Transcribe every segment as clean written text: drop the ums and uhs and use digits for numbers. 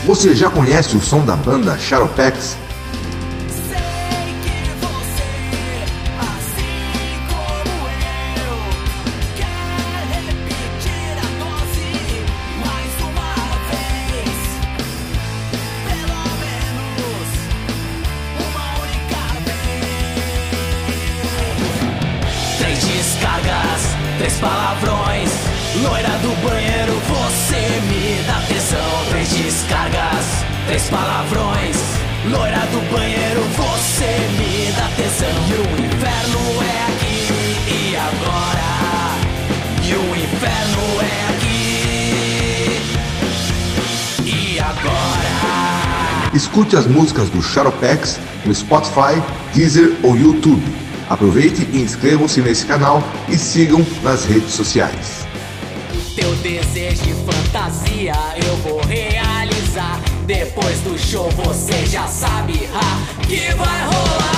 Você já conhece o som da banda Shadowpex? Três palavrões, loira do banheiro, você me dá tesão. Três descargas, três palavrões, loira do banheiro, você me dá tesão. E o inferno é aqui e agora. E o inferno é aqui e agora. Escute as músicas do Shadowpex no Spotify, Deezer ou YouTube. Aproveite e inscrevam-se nesse canal e sigam nas redes sociais. Teu desejo de fantasia eu vou realizar. Depois do show você já sabe que vai rolar.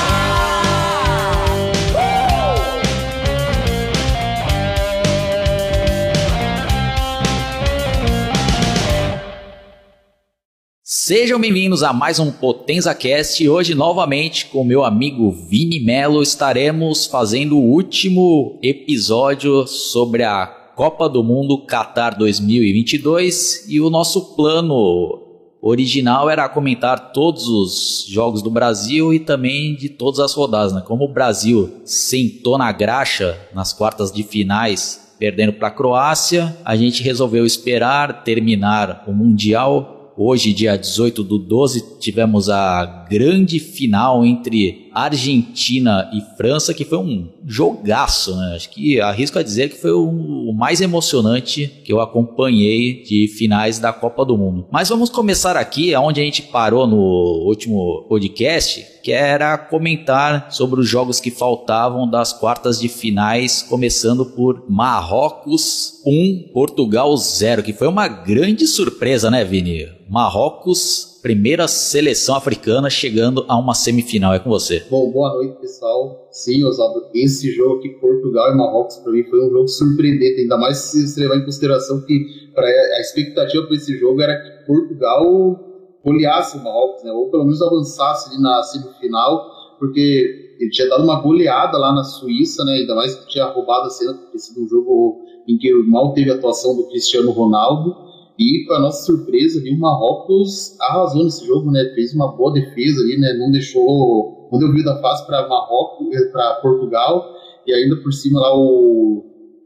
Sejam bem-vindos a mais um PotenzaCast e hoje novamente com meu amigo Vini Melo estaremos fazendo o último episódio sobre a Copa do Mundo Qatar 2022 e o nosso plano original era comentar todos os jogos do Brasil e também de todas as rodadas, né? Como o Brasil sentou na graxa nas quartas de finais perdendo para a Croácia, a gente resolveu esperar terminar o Mundial. Hoje, dia 18/12, tivemos a grande final entre Argentina e França, que foi um jogaço, né? Acho que arrisco a dizer que foi o mais emocionante que eu acompanhei de finais da Copa do Mundo. Mas vamos começar aqui, onde a gente parou no último podcast, que era comentar sobre os jogos que faltavam das quartas de finais, começando por Marrocos 1, Portugal 0, que foi uma grande surpresa, né, Vini? Marrocos, primeira seleção africana chegando a uma semifinal. É com você. Bom, boa noite, pessoal. Sim, Oswaldo, esse jogo aqui, Portugal e Marrocos, para mim foi um jogo surpreendente, ainda mais se levar em consideração que a expectativa para esse jogo era que Portugal goleasse o Marrocos, né? Ou pelo menos avançasse ali na semifinal, porque ele tinha dado uma goleada lá na Suíça, né? Ainda mais que tinha roubado a cena, porque sido um jogo em que mal teve a atuação do Cristiano Ronaldo. E, para nossa surpresa, ali, o Marrocos arrasou nesse jogo, né? Fez uma boa defesa ali, né? Não deu vida fácil para Portugal, e ainda por cima lá o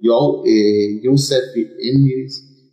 Youssef Emery.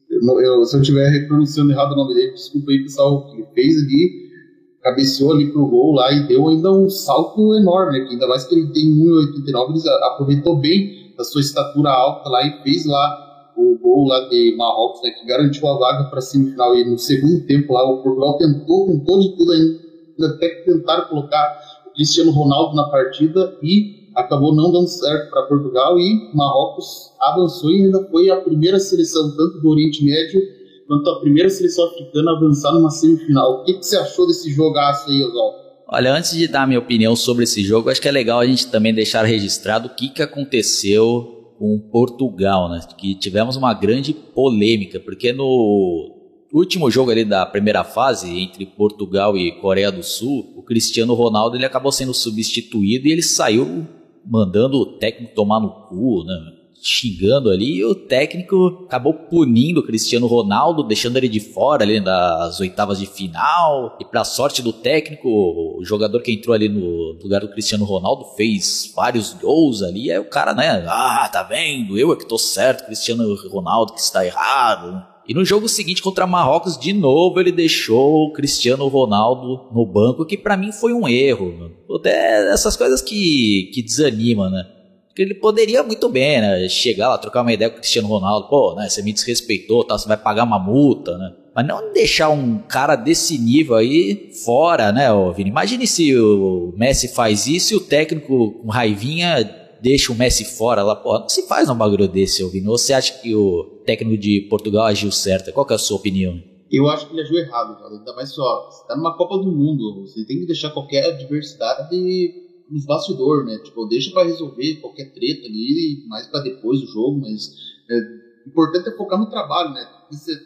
Se eu estiver pronunciando errado o nome dele, desculpa aí, pessoal, que ele fez ali, cabeceou ali pro gol lá e deu ainda um salto enorme, né? Que ainda mais que ele tem 1,89, ele aproveitou bem a sua estatura alta lá e fez lá o gol lá de Marrocos, né, que garantiu a vaga para a semifinal. E no segundo tempo lá o Portugal tentou com todo de tudo ainda, até que tentaram colocar o Cristiano Ronaldo na partida e acabou não dando certo para Portugal, e Marrocos avançou e ainda foi a primeira seleção tanto do Oriente Médio quanto a primeira seleção africana a avançar numa semifinal. O que você achou desse jogaço aí, Oswaldo? Olha, antes de dar a minha opinião sobre esse jogo, acho que é legal a gente também deixar registrado o que aconteceu com Portugal, né? Que tivemos uma grande polêmica, porque no último jogo ali da primeira fase, entre Portugal e Coreia do Sul, o Cristiano Ronaldo ele acabou sendo substituído e ele saiu mandando o técnico tomar no cu, né? Xingando ali, e o técnico acabou punindo o Cristiano Ronaldo, deixando ele de fora ali das oitavas de final. E pra sorte do técnico, o jogador que entrou ali no lugar do Cristiano Ronaldo fez vários gols ali. Aí o cara, né, tá vendo, eu é que tô certo, Cristiano Ronaldo que está errado. E no jogo seguinte contra Marrocos, de novo ele deixou o Cristiano Ronaldo no banco, que pra mim foi um erro. Até essas coisas que desanimam, né? Porque ele poderia muito bem, né, chegar lá, trocar uma ideia com o Cristiano Ronaldo, pô, né, você me desrespeitou, tá, você vai pagar uma multa, né, mas não deixar um cara desse nível aí fora, né, ô Vini. Imagine se o Messi faz isso e o técnico com raivinha deixa o Messi fora lá, pô, não se faz um bagulho desse, ô Vini. Ou você acha que o técnico de Portugal agiu certo? Qual que é a sua opinião? Eu acho que ele agiu errado, cara. Ainda mais só, você tá numa Copa do Mundo, você tem que deixar qualquer adversidade nos bastidores, né? Tipo, deixa pra resolver qualquer treta ali, mais pra depois do jogo, mas o importante é focar no trabalho, né?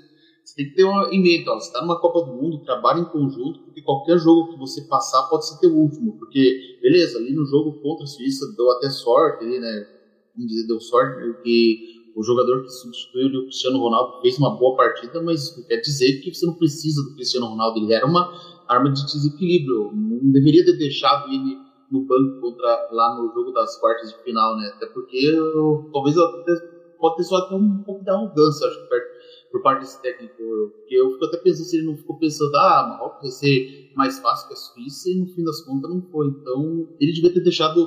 você tem que ter em mente, ó, você está numa Copa do Mundo, trabalha em conjunto, porque qualquer jogo que você passar pode ser teu último, porque, beleza, ali no jogo contra a Suíça deu até sorte, ali, né, vamos dizer, deu sorte, porque o jogador que substituiu o Cristiano Ronaldo fez uma boa partida, mas não quer dizer que você não precisa do Cristiano Ronaldo, ele era uma arma de desequilíbrio, não deveria ter deixado ele no banco lá no jogo das quartas de final, né, até porque talvez pode ter só até um pouco de arrogância, acho que por parte desse técnico, porque eu fico até pensando se ele não ficou pensando, Marrocos vai ser mais fácil que a Suíça, e no fim das contas não foi. Então ele devia ter deixado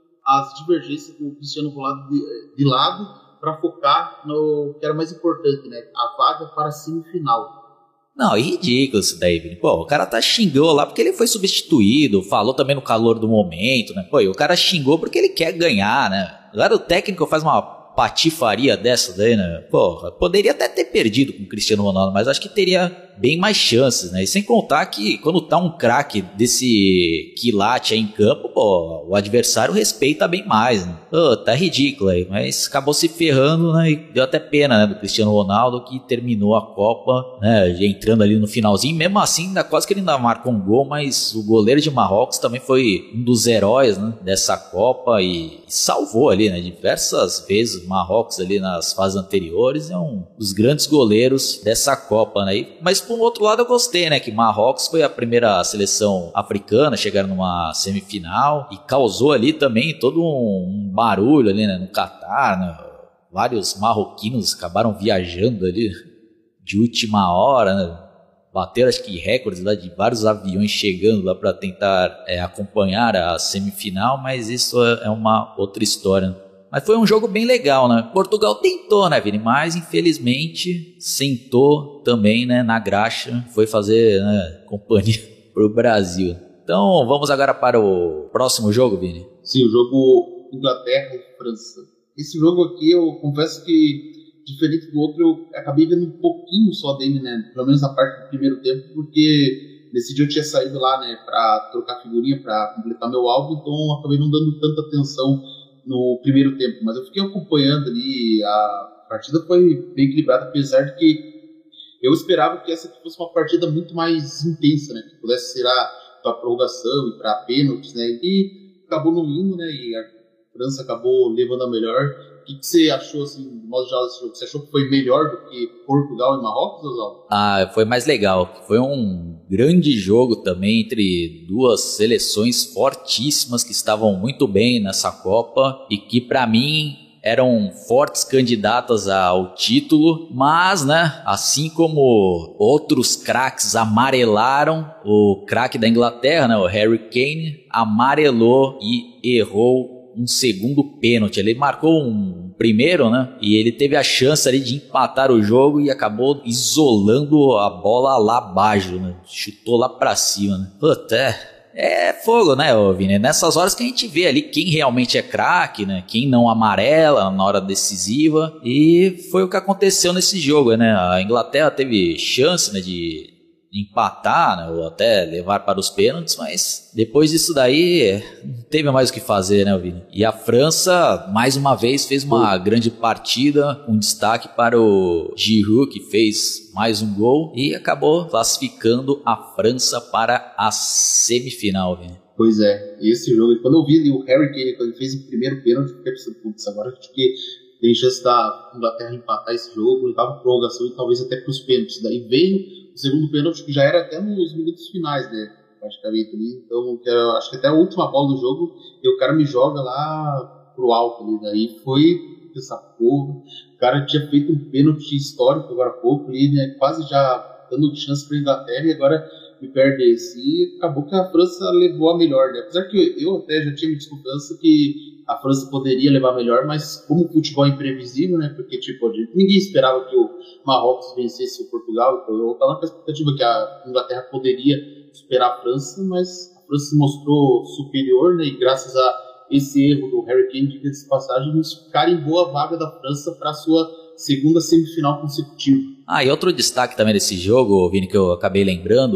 as divergências do Cristiano Ronaldo de lado para focar no que era mais importante, né? A vaga para a semifinal. Não, é ridículo isso daí, Vini. Pô, o cara xingou lá porque ele foi substituído, falou também no calor do momento, né? Pô, e o cara xingou porque ele quer ganhar, né? Agora o técnico faz uma patifaria dessa daí, né? Porra, poderia até ter perdido com o Cristiano Ronaldo, mas acho que teria bem mais chances, né? E sem contar que quando tá um craque desse quilate aí em campo, pô, o adversário respeita bem mais, né? Pô, tá ridículo aí, mas acabou se ferrando, né? E deu até pena, né, do Cristiano Ronaldo, que terminou a Copa, né, entrando ali no finalzinho, mesmo assim, ainda quase que ele ainda marcou um gol, mas o goleiro de Marrocos também foi um dos heróis, né, dessa Copa e salvou ali, né, diversas vezes Marrocos ali nas fases anteriores, é um dos grandes goleiros dessa Copa, né? Mas por um outro lado eu gostei, né, que Marrocos foi a primeira seleção africana a chegar numa semifinal e causou ali também todo um barulho ali, né, no Catar, né? Vários marroquinos acabaram viajando ali de última hora, né? Bateram acho que recordes lá de vários aviões chegando lá para tentar acompanhar a semifinal, mas isso é uma outra história. Mas foi um jogo bem legal, né? Portugal tentou, né, Vini? Mas infelizmente sentou também, né, na graxa, foi fazer, né, companhia pro Brasil. Então vamos agora para o próximo jogo, Vini? Sim, o jogo Inglaterra e França. Esse jogo aqui eu confesso que, diferente do outro, eu acabei vendo um pouquinho só dele, né? Pelo menos a parte do primeiro tempo, porque nesse dia eu tinha saído lá, né, pra trocar figurinha, pra completar meu álbum, então eu acabei não dando tanta atenção no primeiro tempo, mas eu fiquei acompanhando ali, a partida foi bem equilibrada, apesar de que eu esperava que essa aqui fosse uma partida muito mais intensa, né, que pudesse ser para prorrogação e para pênaltis, né, e acabou não indo, né, e a França acabou levando a melhor. O que você achou, assim, de modo geral desse jogo? Você achou que foi melhor do que Portugal e Marrocos, Oswaldo? Foi mais legal. Foi um grande jogo também entre duas seleções fortíssimas que estavam muito bem nessa Copa e que, para mim, eram fortes candidatas ao título, mas, né, assim como outros craques amarelaram, o craque da Inglaterra, né, o Harry Kane, amarelou e errou um segundo pênalti. Ele marcou um primeiro, né? E ele teve a chance ali de empatar o jogo e acabou isolando a bola lá abaixo, né? Chutou lá pra cima, né? Puta, é fogo, né, Vini? Nessas horas que a gente vê ali quem realmente é craque, né? Quem não amarela na hora decisiva. E foi o que aconteceu nesse jogo, né? A Inglaterra teve chance, né, de empatar, né, ou até levar para os pênaltis, mas depois disso daí não teve mais o que fazer, né, Vini? E a França, mais uma vez, fez uma grande partida, com destaque para o Giroud, que fez mais um gol e acabou classificando a França para a semifinal, Vini. Pois é, esse jogo, quando eu vi o Harry Kane, quando ele fez o primeiro pênalti, eu fiquei pensando, putz, agora acho que tem chance da Inglaterra empatar esse jogo, levar para prorrogação e talvez até para os pênaltis. Daí veio o segundo pênalti, que já era até nos minutos finais, né, praticamente ali. Então, acho que até a última bola do jogo, e o cara me joga lá pro alto ali. Daí foi essa porra. O cara tinha feito um pênalti histórico agora há pouco ali, né, quase já dando chance para a Inglaterra, e agora me perde esse. E acabou que a França levou a melhor, né? Apesar que eu até já tinha desconfiança que a França poderia levar melhor, mas como o futebol é imprevisível, né? Porque, tipo, ninguém esperava que o Marrocos vencesse o Portugal, então eu estava com a expectativa que a Inglaterra poderia superar a França, mas a França se mostrou superior, né? E graças a esse erro do Harry Kane, de passagem, nos carimbou a vaga da França para a sua segunda semifinal consecutiva. E outro destaque também desse jogo, Vini, que eu acabei lembrando,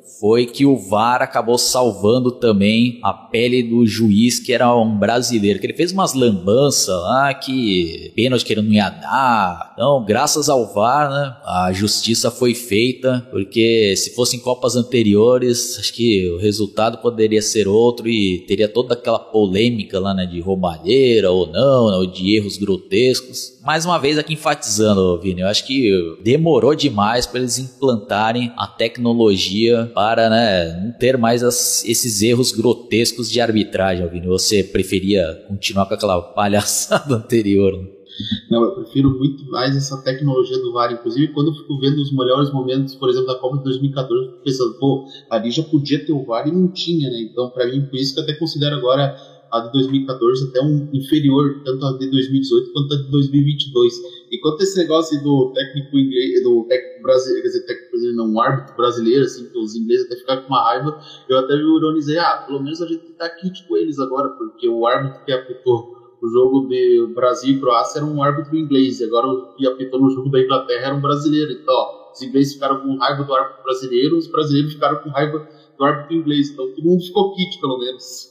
foi que o VAR acabou salvando também a pele do juiz, que era um brasileiro, que ele fez umas lambanças lá, que pênalti que ele não ia dar. Então, graças ao VAR, né, a justiça foi feita, porque se fossem Copas anteriores, acho que o resultado poderia ser outro e teria toda aquela polêmica lá, né, de roubalheira ou não, né, ou de erros grotescos. Mais uma vez aqui enfatizando, Vini, eu acho que demorou demais para eles implantarem a tecnologia para, né, não ter mais esses erros grotescos de arbitragem, Vini. Você preferia continuar com aquela palhaçada anterior, né? Não, eu prefiro muito mais essa tecnologia do VAR. Inclusive, quando eu fico vendo os melhores momentos, por exemplo, da Copa de 2014, eu fico pensando, pô, ali já podia ter o VAR e não tinha, né? Então, pra mim, por isso que eu até considero agora a de 2014 até um inferior, tanto a de 2018 quanto a de 2022. Enquanto esse negócio do técnico inglês, do técnico brasileiro, quer dizer, técnico brasileiro não, um árbitro brasileiro, assim, que os ingleses até ficaram com uma raiva, eu até me ironizei, pelo menos a gente tá aqui com eles agora, porque o árbitro que apitou o jogo de Brasil e Croácia era um árbitro inglês, e agora o que apitou no jogo da Inglaterra era um brasileiro. Então, os ingleses ficaram com raiva do árbitro brasileiro, os brasileiros ficaram com raiva do árbitro inglês. Então, todo mundo ficou kit, pelo menos.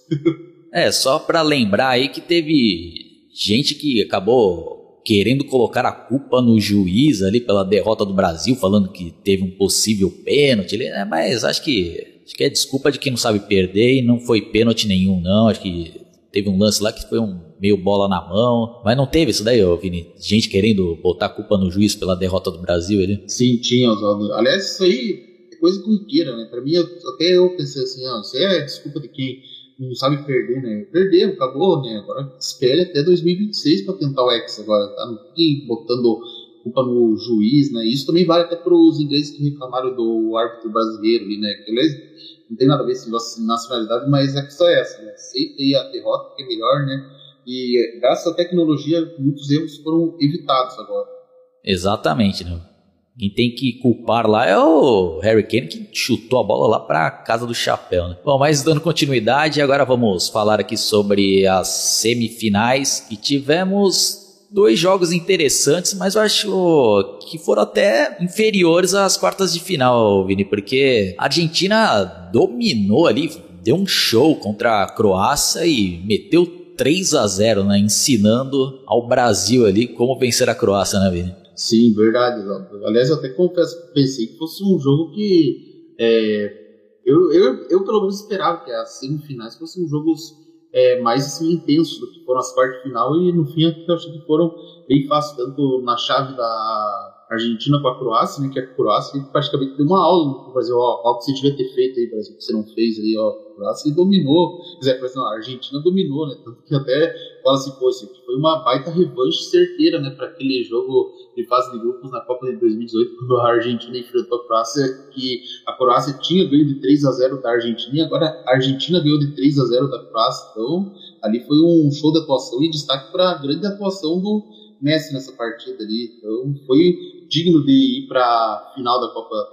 Só pra lembrar aí que teve gente que acabou querendo colocar a culpa no juiz ali pela derrota do Brasil, falando que teve um possível pênalti, mas acho que é desculpa de quem não sabe perder e não foi pênalti nenhum, não. Acho que teve um lance lá que foi um meio bola na mão, mas não teve isso daí, Vini? Gente querendo botar a culpa no juiz pela derrota do Brasil ali? Sim, tinha, Oswaldo. Aliás, isso aí é coisa corriqueira, né? Pra mim, até eu pensei assim, isso é desculpa de quem não sabe perder, né? Perdeu, acabou, né? Agora espere até 2026 pra tentar o Hexa agora, tá? Não fique botando culpa no juiz, né? Isso também vale até pros ingleses que reclamaram do árbitro brasileiro ali, né? Que, aliás, não tem nada a ver com esse nacionalidade, mas a questão é essa, né? Aceitei a derrota, que é melhor, né? E graças à tecnologia, muitos erros foram evitados agora. Exatamente, né? Quem tem que culpar lá é o Harry Kane, que chutou a bola lá pra casa do chapéu, né? Bom, mas dando continuidade, agora vamos falar aqui sobre as semifinais. E tivemos 2 jogos interessantes, mas eu acho que foram até inferiores às quartas de final, Vini, porque a Argentina dominou ali, deu um show contra a Croácia e meteu 3-0, né, ensinando ao Brasil ali como vencer a Croácia, né, Vini? Sim, verdade. Aliás, eu até confesso que pensei que fosse um jogo que eu pelo menos esperava que as semifinais fossem jogos mais assim, intensos do que foram as quartas de final, e no fim eu achei que foram bem fáceis, tanto na chave da Argentina com a Croácia, né, que a Croácia praticamente deu uma aula no Brasil, ó, o que você devia ter feito aí, Brasil, que você não fez aí, ó, a Croácia dominou, quer dizer, a Argentina dominou, né, tanto que até fala assim, pô, isso aqui foi uma baita revanche certeira, né, para aquele jogo de fase de grupos na Copa de 2018, quando a Argentina enfrentou a Croácia, que a Croácia tinha ganho de 3-0 da Argentina, e agora a Argentina ganhou de 3-0 da Croácia, então ali foi um show de atuação, e destaque para a grande atuação do Messi nessa partida ali, então foi digno de ir para a final da Copa.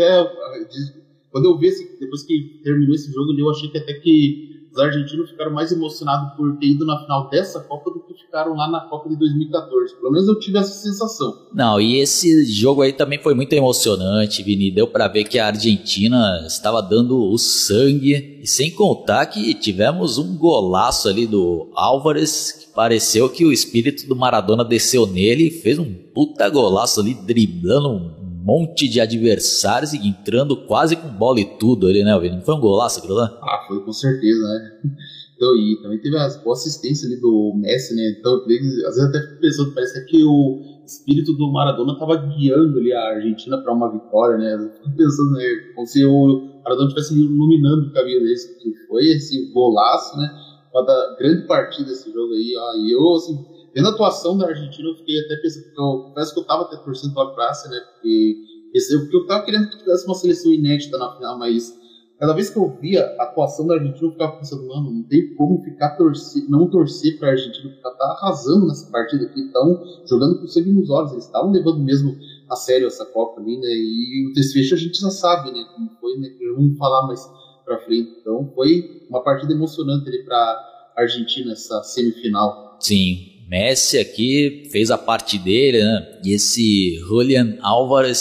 Quando eu vi depois que terminou esse jogo ali, eu achei que até que os argentinos ficaram mais emocionados por ter ido na final dessa Copa do que ficaram lá na Copa de 2014. Pelo menos eu tive essa sensação. Não, e esse jogo aí também foi muito emocionante, Vini. Deu pra ver que a Argentina estava dando o sangue. E sem contar que tivemos um golaço ali do Álvares, que pareceu que o espírito do Maradona desceu nele e fez um puta golaço ali, driblando um monte de adversários e entrando quase com bola e tudo ali, né, Vini? Não foi um golaço aquilo lá? Foi com certeza, né? Então, e também teve a boa assistência ali do Messi, né? Então, às vezes até fico pensando, parece que o espírito do Maradona estava guiando ali a Argentina para uma vitória, né? Eu fico pensando, né, como se o Maradona estivesse iluminando o caminho desse, que foi esse golaço, né? Uma grande partida esse jogo aí, ó. E eu, assim, vendo a atuação da Argentina, eu fiquei até pensando, porque eu confesso que eu estava até torcendo pela Croácia, né? Porque eu estava querendo que tivesse uma seleção inédita na final, mas cada vez que eu via a atuação da Argentina, eu ficava pensando, mano, não tem como não torcer para a Argentina, porque ela tá arrasando nessa partida aqui, estão jogando com sangue nos olhos, eles estavam levando mesmo a sério essa Copa ali, né? E o desfecho a gente já sabe, né? Como foi, né? Vamos falar mais pra frente. Então foi uma partida emocionante ali pra Argentina, essa semifinal. Sim, Messi aqui fez a parte dele, né? E esse Julián Álvares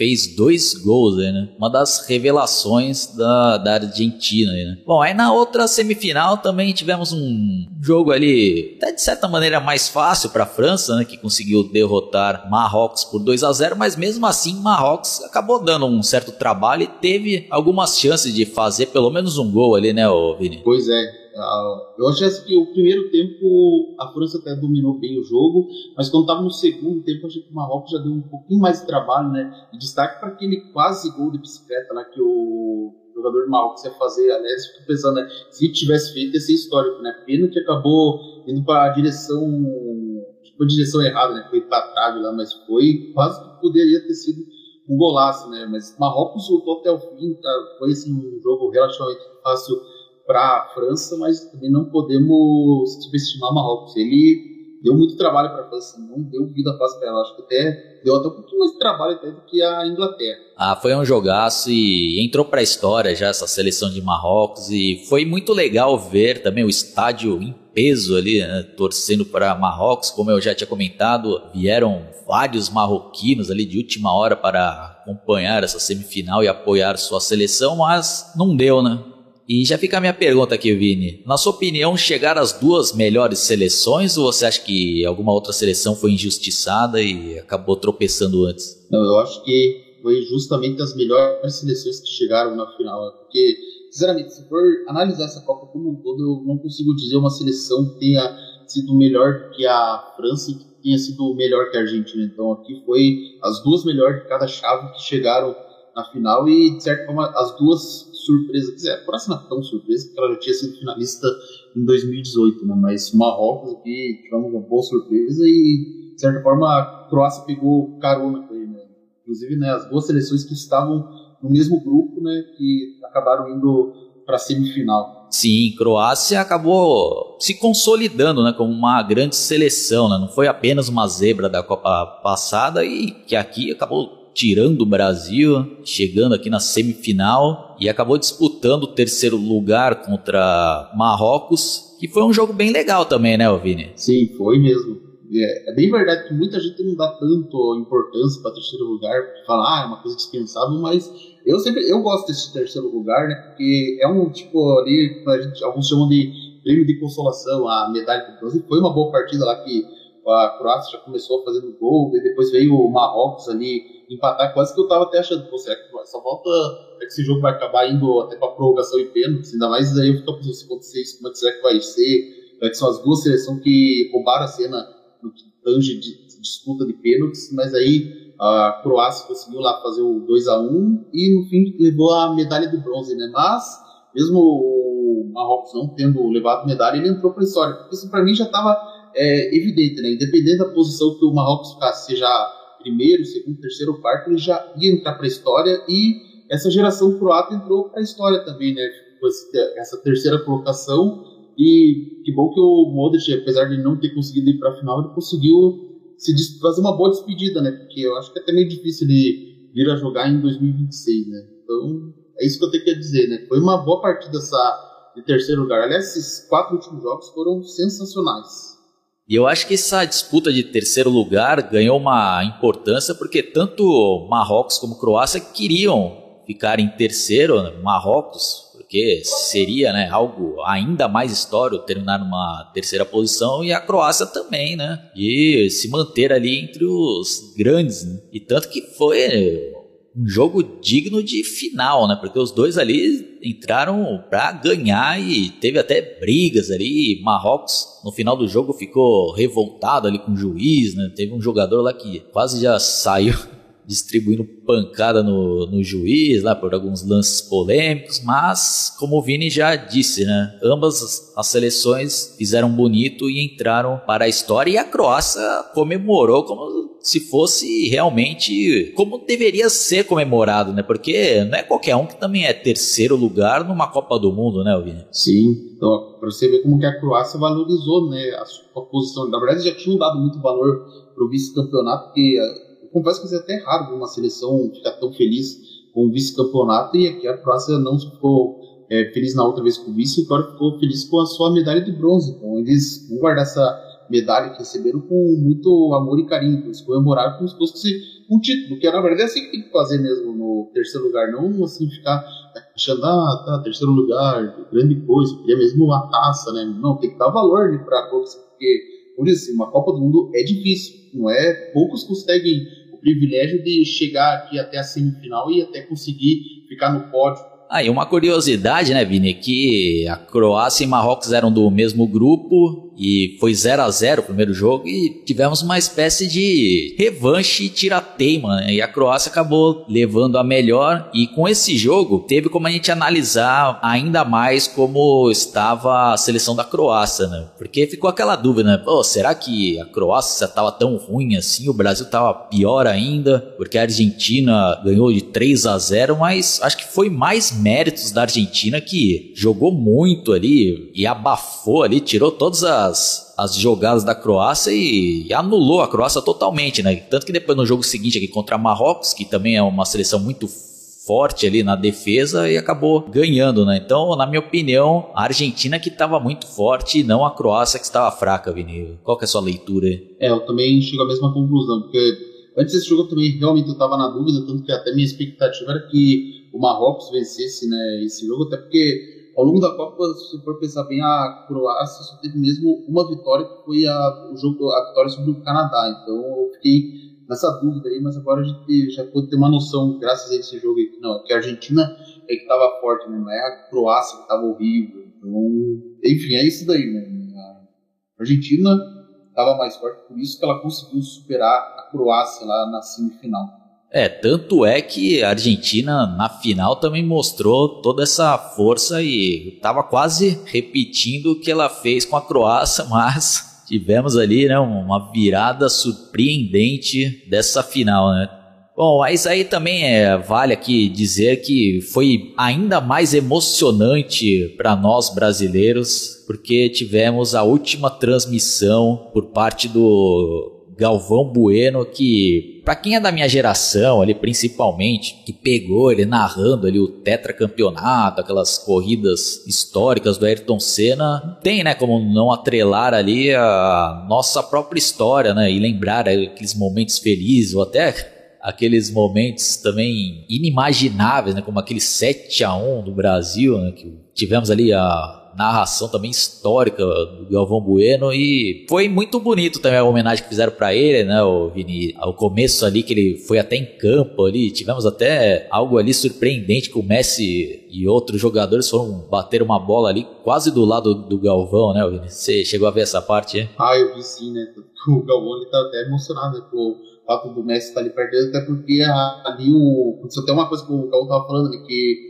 fez 2 gols aí, né? Uma das revelações da Argentina aí, né? Bom, aí na outra semifinal também tivemos um jogo ali, até de certa maneira mais fácil para a França, né? Que conseguiu derrotar Marrocos por 2-0, mas mesmo assim Marrocos acabou dando um certo trabalho e teve algumas chances de fazer pelo menos um gol ali, né, Vini? Pois é. Eu achei que o primeiro tempo a França até dominou bem o jogo, mas quando estava no segundo tempo, achei que o Marrocos já deu um pouquinho mais de trabalho, né? E destaque para aquele quase gol de bicicleta lá que o jogador do Marrocos ia fazer. Aliás, fico pensando, né? Se tivesse feito, ia ser histórico, né? Pena que acabou indo para a direção errada, né? Foi para a trave lá, mas foi quase que poderia ter sido um golaço, né? Mas Marrocos lutou até o fim, tá? Foi assim, um jogo relativamente fácil para a França, mas também não podemos subestimar Marrocos. Ele deu muito trabalho para a França, não deu vida fácil para ela. Acho que deu até um pouquinho mais de trabalho até do que a Inglaterra. Foi um jogaço e entrou para a história já essa seleção de Marrocos, e foi muito legal ver também o estádio em peso ali, né, torcendo para Marrocos. Como eu já tinha comentado, vieram vários marroquinos ali de última hora para acompanhar essa semifinal e apoiar sua seleção, mas não deu, né? E já fica a minha pergunta aqui, Vini. Na sua opinião, chegaram as 2 melhores seleções, ou você acha que alguma outra seleção foi injustiçada e acabou tropeçando antes? Não, eu acho que foi justamente as melhores seleções que chegaram na final. Porque, sinceramente, se for analisar essa Copa como um todo, eu não consigo dizer uma seleção que tenha sido melhor que a França e que tenha sido melhor que a Argentina. Então aqui foi as 2 melhores de cada chave que chegaram na final, e de certa forma as 2 surpresas, quer dizer, a próxima não tão surpresa, porque ela já tinha sido finalista em 2018, né? Mas o Marrocos aqui tivemos uma boa surpresa e de certa forma a Croácia pegou carona com ele, né? Inclusive, né, as 2 seleções que estavam no mesmo grupo, né, que acabaram indo para a semifinal. Sim, Croácia acabou se consolidando, né, como uma grande seleção, né? Não foi apenas uma zebra da Copa passada, e que aqui acabou tirando o Brasil, chegando aqui na semifinal, e acabou disputando o 3º lugar contra Marrocos, que foi um jogo bem legal também, né, Vini? Sim, foi mesmo. É bem verdade que muita gente não dá tanto importância para 3º lugar, falar é uma coisa dispensável, mas eu gosto desse 3º lugar, né, porque é um tipo ali, alguns chamam de prêmio de consolação, a medalha de bronze. Foi uma boa partida lá que a Croácia já começou fazendo gol, e depois veio o Marrocos ali empatar, quase que eu tava até achando, será que só volta, é que esse jogo vai acabar indo até pra prorrogação e pênaltis, ainda mais aí eu fico pensando, se acontecer isso, como é que será que vai ser? Que são as 2 seleções que roubaram a cena no que tange de disputa de pênaltis, mas aí a Croácia conseguiu lá fazer o 2-1 e no fim levou a medalha de bronze, né? Mas mesmo o Marrocos não tendo levado medalha, ele entrou pra história, porque isso pra mim já tava evidente, né? Independente da posição que o Marrocos ficasse, seja primeiro, segundo, terceiro, quarto, ele já ia entrar para a história, e essa geração croata entrou para a história também, né? Essa 3ª colocação, e que bom que o Modric, apesar de não ter conseguido ir para a final, ele conseguiu fazer uma boa despedida, né? Porque eu acho que é até meio difícil ele vir a jogar em 2026, né? Então, é isso que eu tenho que dizer, né? Foi uma boa partida essa de 3º lugar. Aliás, esses 4 últimos jogos foram sensacionais. E eu acho que essa disputa de 3º lugar ganhou uma importância porque tanto Marrocos como Croácia queriam ficar em 3º, né? Marrocos, porque seria, né, algo ainda mais histórico terminar numa 3ª posição, e a Croácia também, né, de se manter ali entre os grandes, né? E tanto que foi um jogo digno de final, né? Porque os 2 ali entraram para ganhar e teve até brigas ali. Marrocos no final do jogo ficou revoltado ali com o juiz, né? Teve um jogador lá que quase já saiu distribuindo pancada no juiz lá por alguns lances polêmicos, mas como o Vini já disse, né, ambas as seleções fizeram bonito e entraram para a história, e a Croácia comemorou como se fosse realmente como deveria ser comemorado, né, porque não é qualquer um que também é 3º lugar numa Copa do Mundo, né, Vini? Sim, então para você ver como que a Croácia valorizou, né, a sua posição. Na verdade já tinham dado muito valor para o vice-campeonato, porque confesso que é até raro uma seleção ficar tão feliz com o vice-campeonato, e aqui a Croácia não ficou feliz na outra vez com o vice, agora ficou feliz com a sua medalha de bronze. Então eles vão guardar essa medalha que receberam com muito amor e carinho. Eles comemoraram como se fosse um título, que na verdade é assim que tem que fazer mesmo no terceiro lugar, não assim ficar achando, terceiro lugar, grande coisa, queria mesmo uma taça, né? Não, tem que dar valor, né, para a Copa, porque, por isso, uma Copa do Mundo é difícil, não é? Poucos conseguem o privilégio de chegar aqui até a semifinal e até conseguir ficar no pódio. E uma curiosidade, né, Vini, que a Croácia e Marrocos eram do mesmo grupo e foi 0-0 o primeiro jogo e tivemos uma espécie de revanche tirateima, né? E a Croácia acabou levando a melhor e com esse jogo teve como a gente analisar ainda mais como estava a seleção da Croácia, né? Porque ficou aquela dúvida, né? Pô, será que a Croácia estava tão ruim assim? O Brasil estava pior ainda, porque a Argentina ganhou de 3-0, mas acho que foi mais méritos da Argentina, que jogou muito ali e abafou ali, tirou todas as jogadas da Croácia e anulou a Croácia totalmente, né? Tanto que depois no jogo seguinte aqui contra Marrocos, que também é uma seleção muito forte ali na defesa, e acabou ganhando, né? Então, na minha opinião, a Argentina que estava muito forte e não a Croácia que estava fraca, Vini. Qual que é a sua leitura aí? Eu também chego à mesma conclusão, porque antes desse jogo eu também realmente estava na dúvida, tanto que até minha expectativa era que o Marrocos vencesse, né, esse jogo, até porque ao longo da Copa, se for pensar bem, a Croácia só teve mesmo uma vitória, que foi a vitória sobre o Canadá. Então eu fiquei nessa dúvida aí, mas agora a gente já pode ter uma noção, graças a esse jogo aí, que a Argentina é que estava forte, né, não é a Croácia que estava horrível. Então, enfim, é isso daí, né? A Argentina estava mais forte, por isso que ela conseguiu superar a Croácia lá na semifinal. Tanto é que a Argentina na final também mostrou toda essa força e estava quase repetindo o que ela fez com a Croácia, mas tivemos ali, né, uma virada surpreendente dessa final, né? Bom, mas aí também vale aqui dizer que foi ainda mais emocionante para nós brasileiros, porque tivemos a última transmissão por parte do Galvão Bueno, que para quem é da minha geração ali principalmente, que pegou ele narrando ali o tetracampeonato, aquelas corridas históricas do Ayrton Senna, tem, né, como não atrelar ali a nossa própria história, né, e lembrar aqueles momentos felizes ou até aqueles momentos também inimagináveis, né, como aquele 7-1 do Brasil, né, que tivemos ali a narração também histórica do Galvão Bueno, e foi muito bonito também a homenagem que fizeram para ele, né, o Vini, ao começo ali que ele foi até em campo ali, tivemos até algo ali surpreendente que o Messi e outros jogadores foram bater uma bola ali quase do lado do Galvão, né, Vini? Você chegou a ver essa parte, hein? Eu vi sim, né, o Galvão ele tá até emocionado, né, com o fato do Messi estar ali perto dele, até porque ali aconteceu até uma coisa que o Galvão tava falando, né,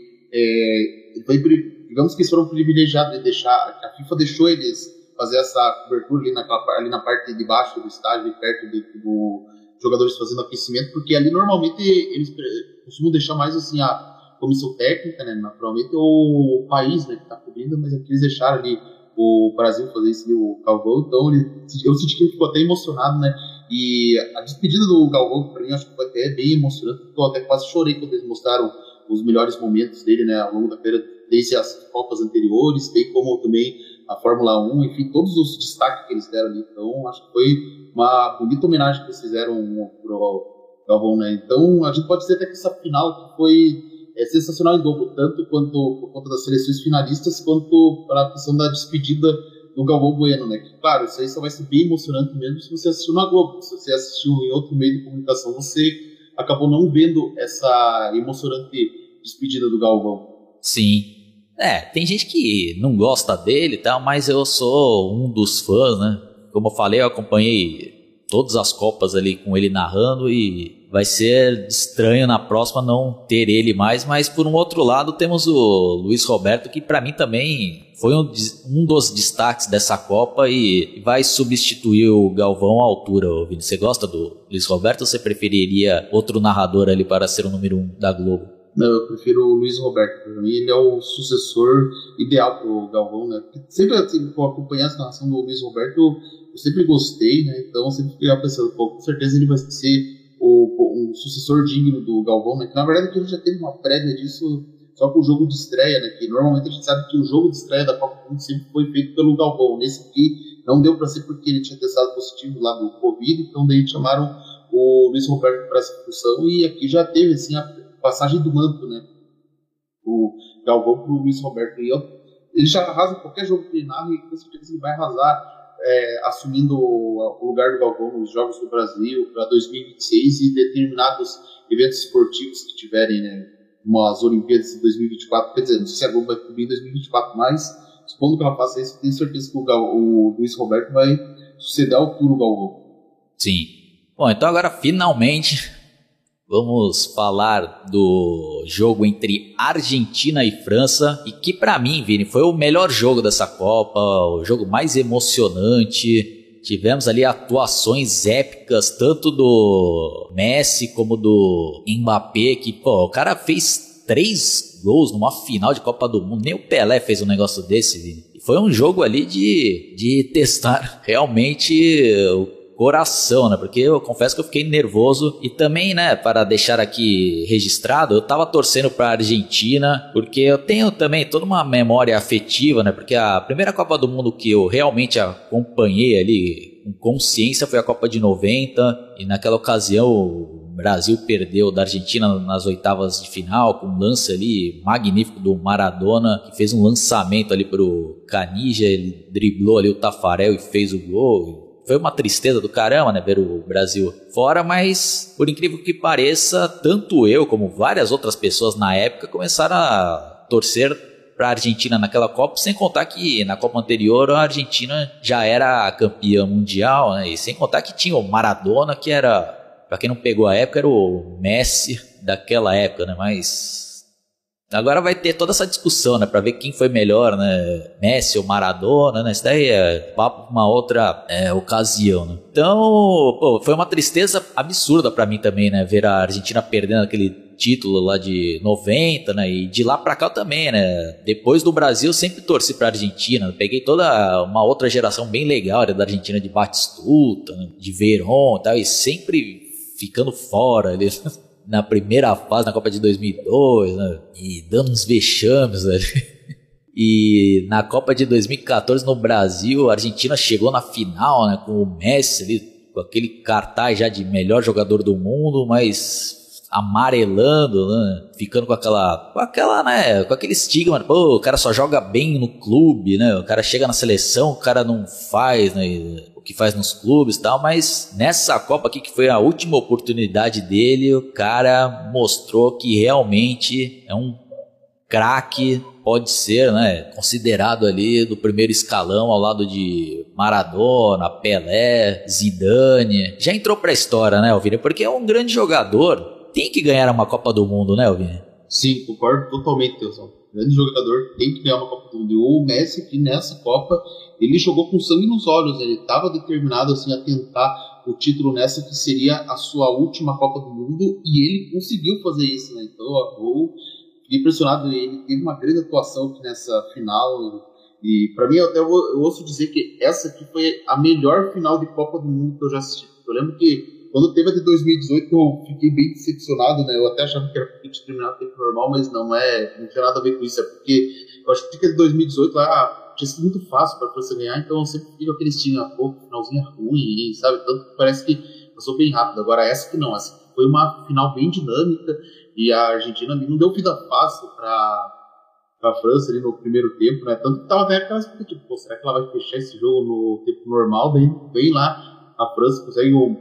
que foi, digamos que eles foram privilegiados de deixar, a FIFA deixou eles fazer essa cobertura ali na parte de baixo do estádio, ali perto dos jogadores fazendo aquecimento, porque ali normalmente eles costumam deixar mais assim a comissão técnica, né, naturalmente, ou o país, né, que está cobrindo, mas aqui eles deixaram ali o Brasil fazer isso ali, o Galvão, então eu senti que ele ficou até emocionado, né, e a despedida do Galvão, para mim, acho que foi até bem emocionante, porque eu até quase chorei quando eles mostraram os melhores momentos dele, né, ao longo da carreira, desde as Copas anteriores, bem como também a Fórmula 1, enfim, todos os destaques que eles deram ali. Então, acho que foi uma bonita homenagem que eles fizeram pro Galvão, né? Então, a gente pode dizer até que essa final que foi sensacional em dobro, tanto quanto por conta das seleções finalistas, quanto para a questão da despedida do Galvão Bueno, né? Que, claro, isso aí só vai ser bem emocionante mesmo se você assistiu na Globo. Se você assistiu em outro meio de comunicação, você acabou não vendo essa emocionante despedida do Galvão. Sim. Tem gente que não gosta dele e tal, mas eu sou um dos fãs, né? Como eu falei, eu acompanhei todas as Copas ali com ele narrando e vai ser estranho na próxima não ter ele mais, mas por um outro lado temos o Luiz Roberto, que para mim também foi um dos destaques dessa Copa e vai substituir o Galvão à altura, Vini. Você gosta do Luiz Roberto ou você preferiria outro narrador ali para ser o número 1 da Globo? Não, eu prefiro o Luiz Roberto. Para mim, ele é o sucessor ideal pro Galvão, né? Porque sempre, assim, por acompanhar a narração do Luiz Roberto, eu sempre gostei, né? Então, eu sempre fiquei pensando, com certeza ele vai ser um sucessor digno do Galvão, né? Que, na verdade, a gente já teve uma prévia disso só com o jogo de estreia, né? Que normalmente a gente sabe que o jogo de estreia da Copa do Mundo sempre foi feito pelo Galvão. Nesse aqui, não deu para ser porque ele tinha testado positivo lá do Covid, então daí chamaram o Luiz Roberto para essa função, e aqui já teve assim, a passagem do manto, né? O Galvão para o Luiz Roberto. E ele já arrasa qualquer jogo que ele narra, e com certeza ele vai arrasar assumindo o lugar do Galvão nos Jogos do Brasil para 2026 e determinados eventos esportivos que tiverem, né? Umas Olimpíadas em 2024, quer dizer, não sei se a Globo vai cobrir em 2024, mas supondo que ela faça isso, tenho certeza que o Luiz Roberto vai suceder ao puro Galvão. Sim. Bom, então agora finalmente vamos falar do jogo entre Argentina e França, e que pra mim, Vini, foi o melhor jogo dessa Copa, o jogo mais emocionante. Tivemos ali atuações épicas, tanto do Messi como do Mbappé, que, pô, o cara fez 3 gols numa final de Copa do Mundo. Nem o Pelé fez um negócio desse, Vini. E foi um jogo ali de testar realmente o coração, né? Porque eu confesso que eu fiquei nervoso. E também, né, para deixar aqui registrado, eu tava torcendo pra Argentina, porque eu tenho também toda uma memória afetiva, né? Porque a primeira Copa do Mundo que eu realmente acompanhei ali com consciência foi a Copa de 90, e naquela ocasião o Brasil perdeu da Argentina nas oitavas de final, com um lance ali magnífico do Maradona, que fez um lançamento ali pro Canija, ele driblou ali o Tafarel e fez o gol. Foi uma tristeza do caramba, né, ver o Brasil fora, mas por incrível que pareça, tanto eu como várias outras pessoas na época começaram a torcer para a Argentina naquela Copa, sem contar que na Copa anterior a Argentina já era campeã mundial, né, e sem contar que tinha o Maradona, que era, para quem não pegou a época, era o Messi daquela época, né, mas agora vai ter toda essa discussão, né, para ver quem foi melhor, né, Messi ou Maradona, né, isso daí é papo pra uma outra ocasião, né. Então, pô, foi uma tristeza absurda para mim também, né, ver a Argentina perdendo aquele título lá de 90, né, e de lá pra cá também, né, depois do Brasil eu sempre torci pra Argentina, eu peguei toda uma outra geração bem legal, né, da Argentina, de Batistuta, né, de Verón e tal, e sempre ficando fora ali na primeira fase, na Copa de 2002, né, e dando uns vexames, né. E na Copa de 2014 no Brasil, a Argentina chegou na final, né, com o Messi ali, com aquele cartaz já de melhor jogador do mundo, mas amarelando, né, ficando com aquela, né, com aquele estigma, né, pô, o cara só joga bem no clube, né, o cara chega na seleção, o cara não faz, né, o que faz nos clubes e tal, mas nessa Copa aqui, que foi a última oportunidade dele, o cara mostrou que realmente é um craque, pode ser, né, considerado ali do primeiro escalão ao lado de Maradona, Pelé, Zidane. Já entrou pra história, né, Alvine? Porque é um grande jogador, tem que ganhar uma Copa do Mundo, né, Alvine? Sim, concordo totalmente, Teusão. Grande jogador tem que ganhar uma Copa do Mundo. E o Messi, que nessa Copa, ele jogou com sangue nos olhos, ele estava determinado assim, a tentar o título nessa, que seria a sua última Copa do Mundo, e ele conseguiu fazer isso, né? Então, eu fiquei impressionado. Ele teve uma grande atuação aqui nessa final, e para mim, eu ouço dizer que essa aqui foi a melhor final de Copa do Mundo que eu já assisti. Eu lembro que quando teve a de 2018, eu fiquei bem decepcionado, né? Eu até achava que era porque tinha terminado o tempo normal, mas não tinha nada a ver com isso. É porque eu acho que a de 2018 lá tinha sido muito fácil para você ganhar, então eu sempre fico aqueles times finalzinho ruim, sabe? Tanto que parece que passou bem rápido. Agora essa que não, essa foi uma final bem dinâmica, e a Argentina ali não deu vida fácil para a França ali no primeiro tempo, né? Tanto que tava até aquela expectativa, pô, será que ela vai fechar esse jogo no tempo normal? Daí vem lá, a França consegue o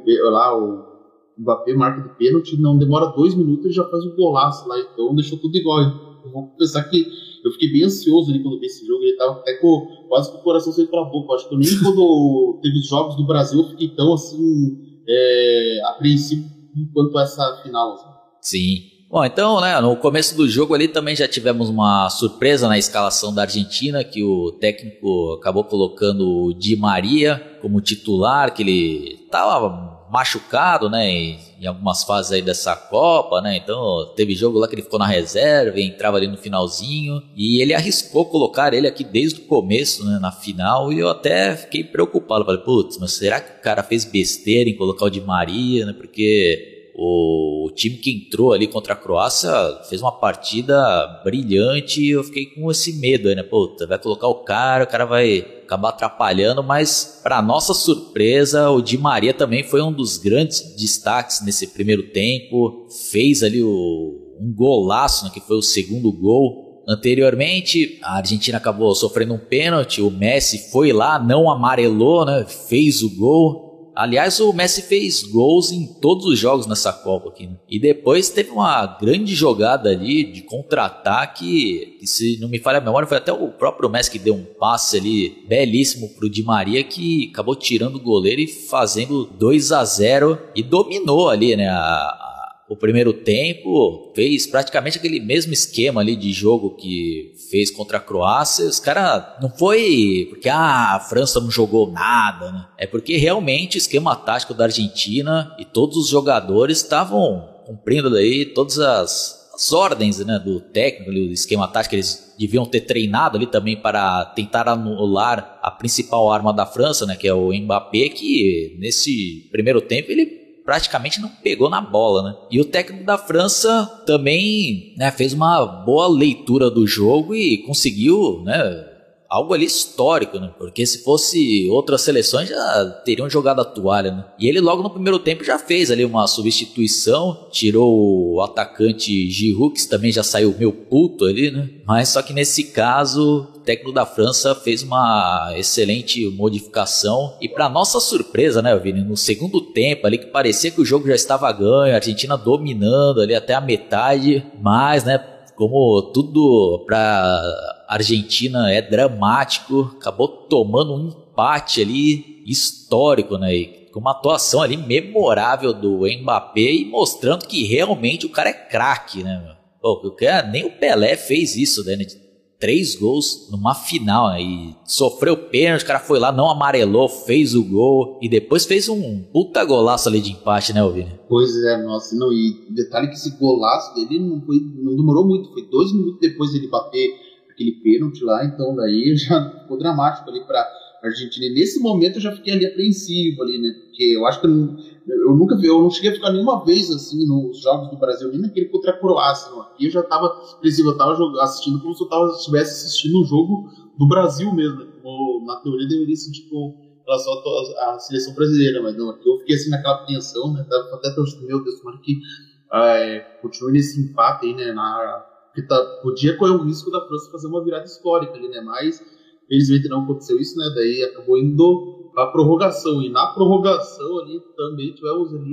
Mbappé marca de pênalti, não demora 2 minutos e já faz um golaço lá, então deixou tudo igual. Eu vou pensar que eu fiquei bem ansioso ali quando vi esse jogo, ele tava até quase com o coração saindo pela boca. Eu acho que nem quando teve os jogos do Brasil eu fiquei tão assim apreensivo quanto essa final. Assim. Sim. Bom, então, né, no começo do jogo ali também já tivemos uma surpresa na escalação da Argentina, que o técnico acabou colocando o Di Maria como titular, que ele estava machucado, né, em algumas fases aí dessa Copa, né, então teve jogo lá que ele ficou na reserva e entrava ali no finalzinho, e ele arriscou colocar ele aqui desde o começo, né, na final, e eu até fiquei preocupado, falei, putz, mas será que o cara fez besteira em colocar o Di Maria, né, porque o time que entrou ali contra a Croácia fez uma partida brilhante, e eu fiquei com esse medo aí, né? Puta, vai colocar o cara acabar atrapalhando, mas para nossa surpresa, o Di Maria também foi um dos grandes destaques nesse primeiro tempo, fez ali um golaço, né, que foi o segundo gol. Anteriormente, a Argentina acabou sofrendo um pênalti, o Messi foi lá, não amarelou, né, fez o gol. Aliás, o Messi fez gols em todos os jogos nessa Copa aqui, né? E depois teve uma grande jogada ali de contra-ataque, que se não me falha a memória, foi até o próprio Messi que deu um passe ali belíssimo pro Di Maria, que acabou tirando o goleiro e fazendo 2-0 e dominou ali, né, o primeiro tempo, fez praticamente aquele mesmo esquema ali de jogo que fez contra a Croácia. Os caras, não foi porque a França não jogou nada, né? É porque realmente o esquema tático da Argentina e todos os jogadores estavam cumprindo daí todas as ordens, né, do técnico, do esquema tático. Eles deviam ter treinado ali também para tentar anular a principal arma da França, né, que é o Mbappé, que nesse primeiro tempo ele praticamente não pegou na bola, né? E o técnico da França também, né, fez uma boa leitura do jogo e conseguiu, né, algo ali histórico, né? Porque se fosse outras seleções já teriam jogado a toalha, né? E ele logo no primeiro tempo já fez ali uma substituição, tirou o atacante Giroud, que também já saiu meio puto ali, né? Mas só que nesse caso o técnico da França fez uma excelente modificação e para nossa surpresa, né, Vini, no segundo tempo ali que parecia que o jogo já estava ganho, a Argentina dominando ali até a metade, mas, né, como tudo para Argentina é dramático, acabou tomando um empate ali histórico, né, e com uma atuação ali memorável do Mbappé e mostrando que realmente o cara é craque, né, meu? Pô, nem o Pelé fez isso, né, de 3 gols numa final, né? E sofreu pênalti, o cara foi lá, não amarelou, fez o gol e depois fez um puta golaço ali de empate, né, Vini? Pois é, nossa, não, e detalhe que esse golaço dele não demorou muito, foi 2 minutos depois dele bater aquele pênalti lá, então daí já ficou dramático ali pra Argentina. E nesse momento eu já fiquei ali apreensivo ali, né, porque eu acho que eu não cheguei a ficar nenhuma vez assim nos jogos do Brasil, nem naquele contra a Croácia, não. Aqui eu já estava apreensivo, eu estava assistindo como se eu estivesse assistindo um jogo do Brasil mesmo, né, como na teoria deveria ser tipo em relação à seleção brasileira, mas não, aqui eu fiquei assim naquela apreensão, né, até pensando, meu Deus, tomara que continue nesse empate aí, né, porque podia correr o risco da França fazer uma virada histórica ali, né, mas felizmente não aconteceu isso, né, daí acabou indo a prorrogação, e na prorrogação ali também tivemos ali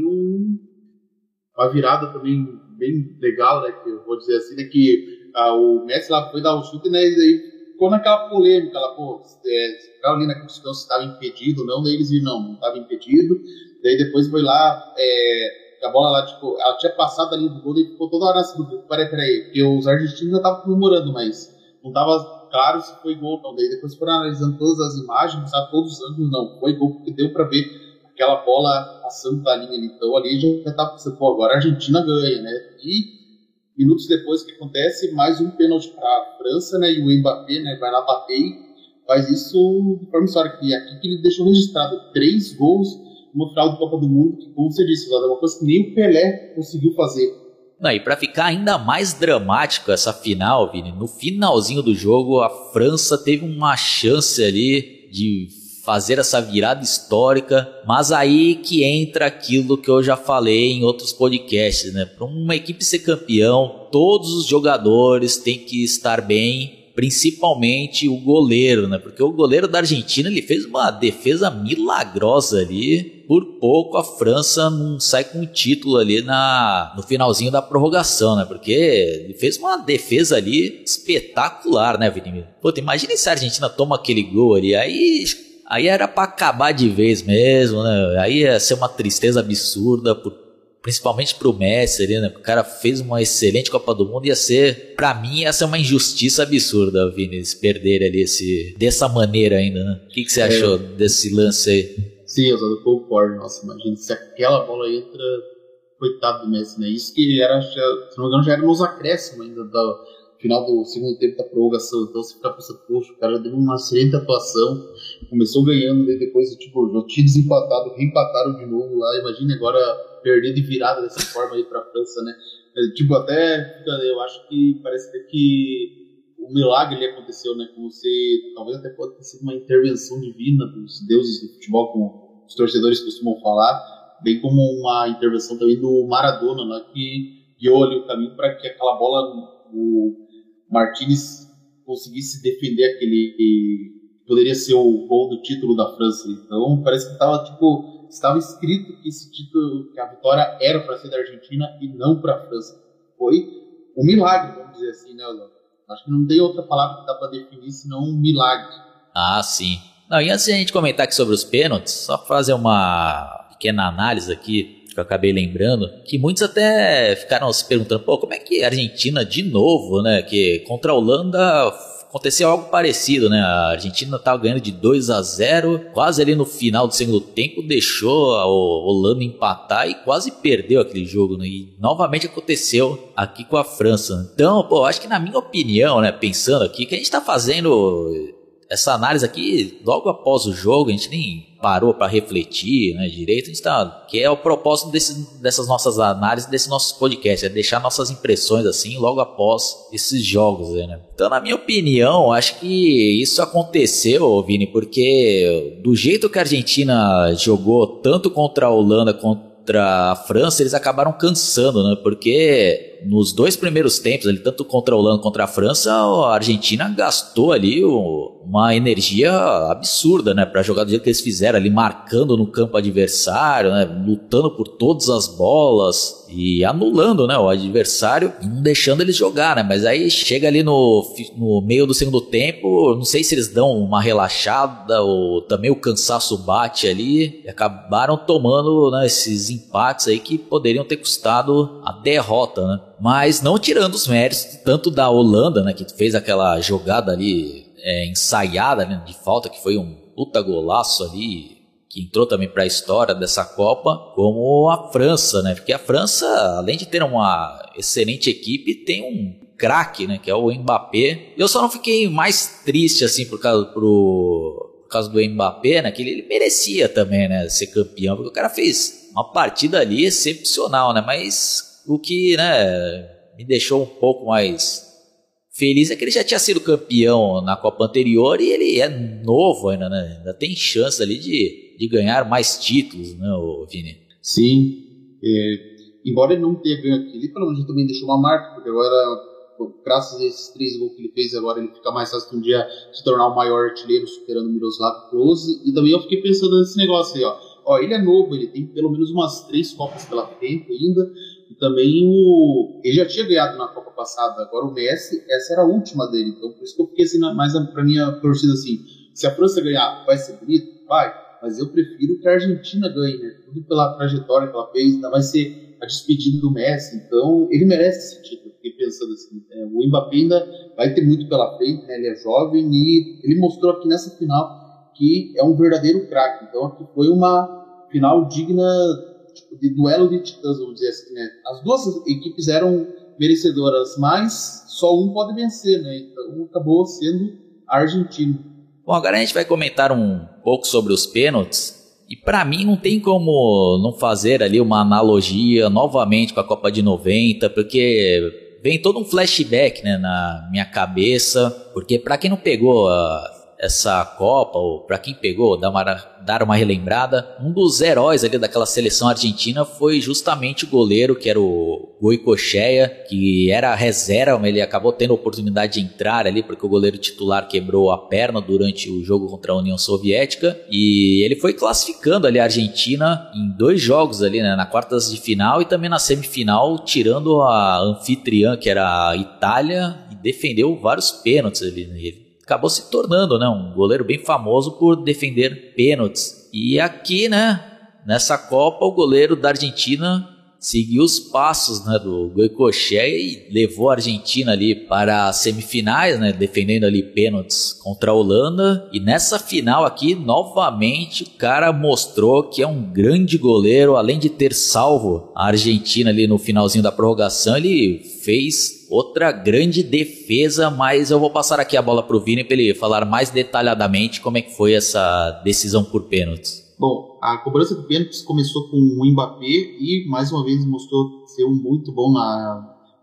uma virada também bem legal, né, que eu vou dizer assim, né, que o Messi lá foi dar um chute, né, e daí ficou naquela polêmica lá, pô, ficava ali na questão se estava impedido ou não, daí eles viram, não estava impedido, daí depois foi lá, a bola lá, tipo, ela tinha passado ali do gol e ficou toda hora assim, peraí, porque os argentinos já estavam comemorando, mas não estava claro se foi gol ou não. Daí depois foram analisando todas as imagens, sabe, todos os ângulos, não, foi gol, porque deu pra ver aquela bola passando da linha ali. Então ali já tá pensando, pô, agora a Argentina ganha, né? E minutos depois, o que acontece? Mais um pênalti pra França, né? E o Mbappé, né, vai lá bater e faz isso de forma histórica. E aqui que ele deixou registrado 3 gols no final da Copa do Mundo, que, como você disse, é uma coisa que nem o Pelé conseguiu fazer. Não, e para ficar ainda mais dramático essa final, Vini, no finalzinho do jogo a França teve uma chance ali de fazer essa virada histórica, mas aí que entra aquilo que eu já falei em outros podcasts, né? Para uma equipe ser campeão, todos os jogadores têm que estar bem, principalmente o goleiro, né? Porque o goleiro da Argentina, ele fez uma defesa milagrosa ali. Por pouco a França não sai com o título ali no finalzinho da prorrogação, né? Porque ele fez uma defesa ali espetacular, né, Vini? Pô, imagina se a Argentina toma aquele gol ali, aí era pra acabar de vez mesmo, né? Aí ia ser uma tristeza absurda, principalmente pro Messi ali, né? O cara fez uma excelente Copa do Mundo, pra mim, ia ser uma injustiça absurda, Vini, se perder ali dessa maneira ainda, né? O que você achou desse lance aí? Sim, eu concordo. Nossa, imagina se aquela bola entra, coitado do Messi, né? Isso que era, se não me engano, já era nos acréscimos ainda do final do segundo tempo da prorrogação. Então você fica pensando, poxa, o cara deu uma excelente atuação, começou ganhando, e depois, tipo, já tinha desempatado, reempataram de novo lá. Imagina agora perder de virada dessa forma aí pra França, né? Tipo, até, eu acho que parece que o milagre ali aconteceu, né? Como se talvez até pode ter sido uma intervenção divina dos deuses do futebol, como os torcedores costumam falar, bem como uma intervenção também do Maradona, né? Que guiou ali o caminho para que aquela bola, o Martínez conseguisse defender aquele que poderia ser o gol do título da França. Então parece que estava escrito que esse título, que a vitória era para ser da Argentina e não para a França. Foi um milagre, vamos dizer assim, né, Léo? Acho que não tem outra palavra que dá para definir senão um milagre. Ah, sim. Não, e antes de a gente comentar aqui sobre os pênaltis, só fazer uma pequena análise aqui, que eu acabei lembrando, que muitos até ficaram se perguntando, pô, como é que a Argentina de novo, né, que contra a Holanda aconteceu algo parecido, né, a Argentina estava ganhando de 2-0, quase ali no final do segundo tempo deixou a Holanda empatar e quase perdeu aquele jogo, né, e novamente aconteceu aqui com a França. Então, pô, acho que na minha opinião, né, pensando aqui, que a gente está fazendo essa análise aqui logo após o jogo, a gente nem parou para refletir, né, direito, a gente tá, que é o propósito dessas nossas análises, desse nosso podcast, é deixar nossas impressões assim logo após esses jogos, né? Então, na minha opinião, acho que isso aconteceu, Vini, porque do jeito que a Argentina jogou tanto contra a Holanda contra a França, eles acabaram cansando, né? Porque nos dois primeiros tempos, ali, tanto contra a Holanda contra a França, a Argentina gastou ali uma energia absurda, né, para jogar do jeito que eles fizeram ali, marcando no campo adversário, né, lutando por todas as bolas e anulando, né, o adversário, não deixando eles jogar, né, mas aí chega ali no meio do segundo tempo, não sei se eles dão uma relaxada ou também o cansaço bate ali e acabaram tomando, né, esses empates aí que poderiam ter custado a derrota, né. Mas não tirando os méritos tanto da Holanda, né, que fez aquela jogada ali ensaiada, né, de falta, que foi um puta golaço ali, que entrou também para a história dessa Copa, como a França, né, porque a França, além de ter uma excelente equipe, tem um craque, né, que é o Mbappé. Eu só não fiquei mais triste assim por causa do Mbappé, né, que ele merecia também, né, ser campeão, porque o cara fez uma partida ali excepcional, né, mas o que, né, me deixou um pouco mais feliz é que ele já tinha sido campeão na Copa anterior e ele é novo ainda, né? Ainda tem chance ali de ganhar mais títulos, né, Vini? Sim. Embora ele não tenha ganho aqui, ele pelo menos também deixou uma marca, porque agora, graças a esses 3 gols que ele fez, agora ele fica mais fácil de um dia se tornar o maior artilheiro, superando o Miroslav Klose. E também eu fiquei pensando nesse negócio aí, ó. Ele é novo, ele tem pelo menos umas 3 Copas pela frente ainda. E também ele já tinha ganhado na Copa passada, agora o Messi, essa era a última dele, então por isso que eu fiquei assim, mais pra minha torcida assim, se a França ganhar, vai ser bonito? Vai, mas eu prefiro que a Argentina ganhe, né? Tudo pela trajetória que ela fez, ainda vai ser a despedida do Messi, então ele merece esse título. Fiquei pensando assim, o Mbappé ainda vai ter muito pela frente, né? Ele é jovem e ele mostrou aqui nessa final que é um verdadeiro craque, então aqui foi uma final digna de duelo de titãs, vamos dizer assim, né? As duas equipes eram merecedoras, mas só um pode vencer, né? Então acabou sendo a Argentina. Bom, agora a gente vai comentar um pouco sobre os pênaltis. E para mim não tem como não fazer ali uma analogia novamente com a Copa de 90, porque vem todo um flashback, né, na minha cabeça. Porque para quem não pegou essa Copa, ou para quem pegou, dar uma relembrada, um dos heróis ali daquela seleção argentina foi justamente o goleiro, que era o Goicoechea, que era reserva, ele acabou tendo a oportunidade de entrar ali, porque o goleiro titular quebrou a perna durante o jogo contra a União Soviética, e ele foi classificando ali a Argentina em 2 jogos ali, né, na quartas de final e também na semifinal, tirando a anfitriã, que era a Itália, e defendeu vários pênaltis ali nele. Acabou se tornando, né, um goleiro bem famoso por defender pênaltis. E aqui, né, nessa Copa, o goleiro da Argentina seguiu os passos, né, do Goicoechea e levou a Argentina ali para as semifinais, né, defendendo ali pênaltis contra a Holanda. E nessa final aqui, novamente, o cara mostrou que é um grande goleiro. Além de ter salvo a Argentina ali no finalzinho da prorrogação, ele fez outra grande defesa, mas eu vou passar aqui a bola para o Vini para ele falar mais detalhadamente como é que foi essa decisão por pênaltis. Bom, a cobrança de pênaltis começou com o Mbappé e mais uma vez mostrou ser muito bom na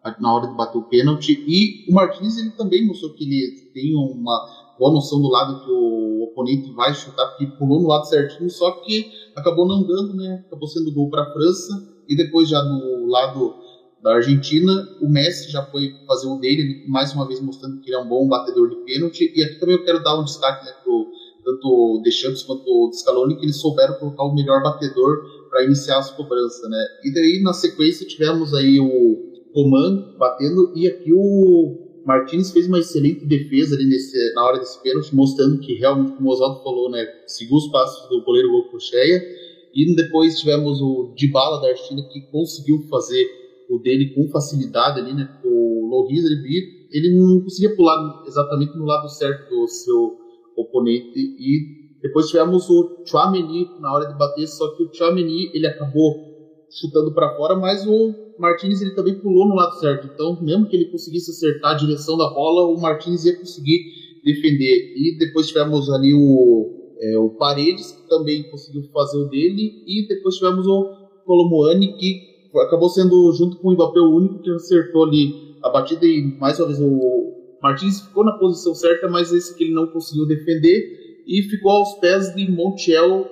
na hora de bater o pênalti. E o Martins, ele também mostrou que ele tem uma boa noção do lado que o oponente vai chutar, porque pulou no lado certinho, só que acabou não dando, né? Acabou sendo gol para a França. E depois já do lado da Argentina, o Messi já foi fazer o dele, mais uma vez mostrando que ele é um bom batedor de pênalti. E aqui também eu quero dar um destaque, né, tanto o Deschamps quanto o Scaloni, que eles souberam colocar o melhor batedor para iniciar as cobranças, né? E daí, na sequência, tivemos aí o Coman batendo, e aqui o Martins fez uma excelente defesa ali na hora desse pênalti, mostrando que realmente, como o Oswaldo falou, né, seguiu os passos do goleiro Goicoechea. E depois tivemos o Dybala da Argentina, que conseguiu fazer o dele com facilidade ali, né? O Lloris, ele não conseguia pular exatamente no lado certo do seu oponente. E depois tivemos o Tchouaméni na hora de bater, só que o Tchouaméni, ele acabou chutando para fora, mas o Martins, ele também pulou no lado certo. Então, mesmo que ele conseguisse acertar a direção da bola, o Martins ia conseguir defender. E depois tivemos ali o Paredes, que também conseguiu fazer o dele. E depois tivemos o Colomboani, que acabou sendo, junto com o Mbappé, o único que acertou ali a batida. E mais uma vez o Martins ficou na posição certa, mas esse que ele não conseguiu defender. E ficou aos pés de Montiel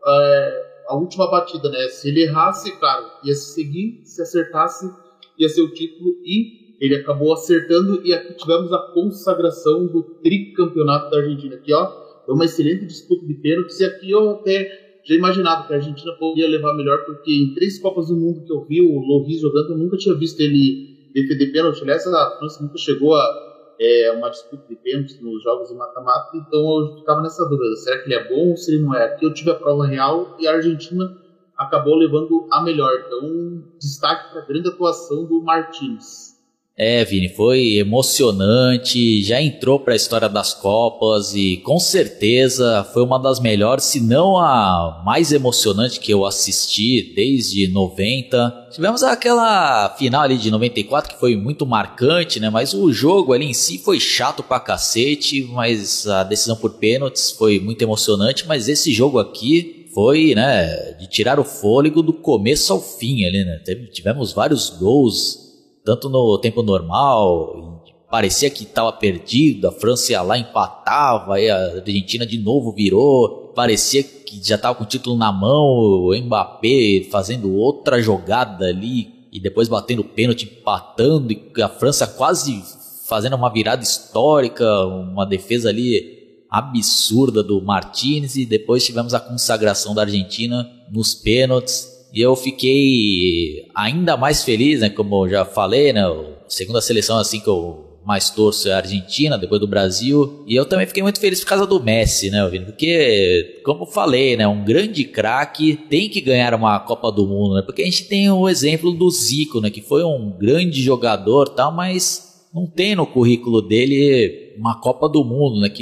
a última batida, né? Se ele errasse, claro, ia se seguir, se acertasse, ia ser o título, e ele acabou acertando, e aqui tivemos a consagração do tricampeonato da Argentina. Aqui, ó, foi uma excelente disputa de pênaltis, e aqui eu até já imaginava que a Argentina poderia levar melhor, porque em 3 Copas do Mundo que eu vi o Lloris jogando, eu nunca tinha visto ele defender pênalti. Aliás, a França nunca chegou a uma disputa de pênaltis nos jogos de mata-mata, então eu ficava nessa dúvida, será que ele é bom ou se ele não é? Aqui eu tive a prova real e a Argentina acabou levando a melhor, então destaque para a grande atuação do Martins. Vini, foi emocionante, já entrou para a história das Copas e com certeza foi uma das melhores, se não a mais emocionante que eu assisti desde 90. Tivemos aquela final ali de 94 que foi muito marcante, né? Mas o jogo ali em si foi chato pra cacete, mas a decisão por pênaltis foi muito emocionante, mas esse jogo aqui foi, né, de tirar o fôlego do começo ao fim ali, né? Tivemos vários gols, tanto no tempo normal, parecia que estava perdido, a França ia lá, empatava, aí a Argentina de novo virou, parecia que já estava com o título na mão, o Mbappé fazendo outra jogada ali, e depois batendo o pênalti, empatando, e a França quase fazendo uma virada histórica, uma defesa ali absurda do Martins, e depois tivemos a consagração da Argentina nos pênaltis. E eu fiquei ainda mais feliz, né, como eu já falei, né, a segunda seleção assim que eu mais torço é a Argentina, depois do Brasil. E eu também fiquei muito feliz por causa do Messi, né, Vini? Porque, como eu falei, né, um grande craque tem que ganhar uma Copa do Mundo, né? Porque a gente tem o exemplo do Zico, né, que foi um grande jogador, tal, mas não tem no currículo dele uma Copa do Mundo, né, que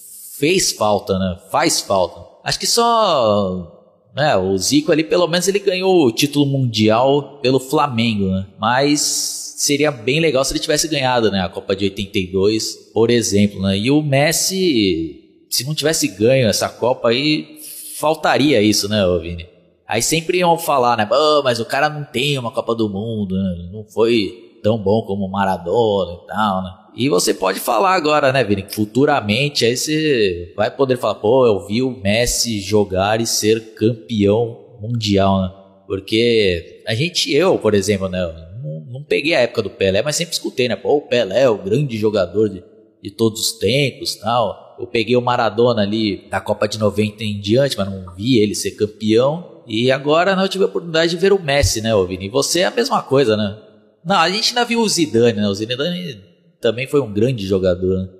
fez falta, né? Faz falta. Acho que só... o Zico ali, pelo menos ele ganhou o título mundial pelo Flamengo, né? Mas seria bem legal se ele tivesse ganhado, né, a Copa de 82, por exemplo, né? E o Messi, se não tivesse ganho essa Copa aí, faltaria isso, né, Vini? Aí sempre iam falar, né, mas o cara não tem uma Copa do Mundo, né? Não foi tão bom como o Maradona e tal, né? E você pode falar agora, né, Vini, futuramente aí você vai poder falar, eu vi o Messi jogar e ser campeão mundial, né? Porque eu, por exemplo, né, não peguei a época do Pelé, mas sempre escutei, né, o Pelé é o grande jogador de todos os tempos, tal. Eu peguei o Maradona ali da Copa de 90 em diante, mas não vi ele ser campeão. E agora eu tive a oportunidade de ver o Messi, né, Vini? E você é a mesma coisa, né? Não, a gente ainda viu o Zidane, né? O Zidane também foi um grande jogador, né?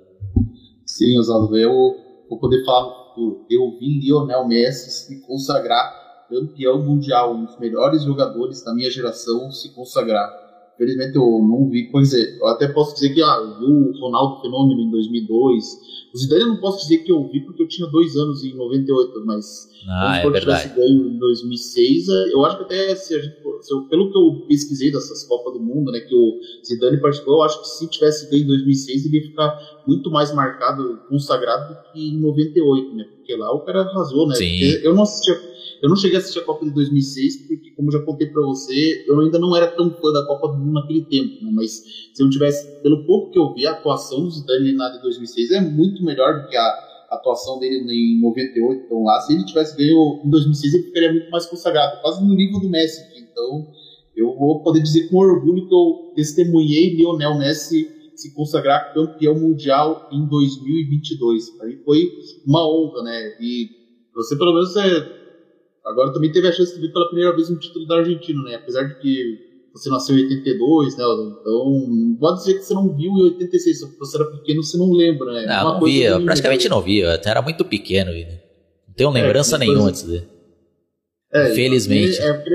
Sim, Oswaldo, eu vou poder falar, eu vi Lionel Messi se consagrar campeão mundial, um dos melhores jogadores da minha geração se consagrar. Infelizmente eu não vi, pois é, eu até posso dizer que eu vi o Ronaldo Fenômeno em 2002, o Zidane eu não posso dizer que eu vi porque eu tinha 2 anos em 98, mas se eu tivesse ganho em 2006, eu acho que até pelo que eu pesquisei dessas Copas do Mundo, né, que o Zidane participou, eu acho que se tivesse ganho em 2006 ele ia ficar muito mais marcado, consagrado do que em 98, né? Porque lá o cara arrasou, né? Sim. Eu não cheguei a assistir a Copa de 2006, porque, como eu já contei pra você, eu ainda não era tão fã da Copa do Mundo naquele tempo, né? Mas se eu tivesse, pelo pouco que eu vi, a atuação do Zidane na de 2006 é muito melhor do que a atuação dele em 98. Então lá, se ele tivesse ganho em 2006, ele ficaria muito mais consagrado, quase no nível do Messi. Então, eu vou poder dizer com orgulho que eu testemunhei Lionel Messi se consagrar campeão mundial em 2022. Para mim foi uma honra, né? E você, pelo menos, agora também teve a chance de ver pela primeira vez um título da Argentina, né? Apesar de que você nasceu em 82, né? Então, não pode dizer que você não viu em 86, só porque você era pequeno, você não lembra, né? Não via, praticamente não via, eu até era muito pequeno, não tenho lembrança nenhuma disso daí. Infelizmente.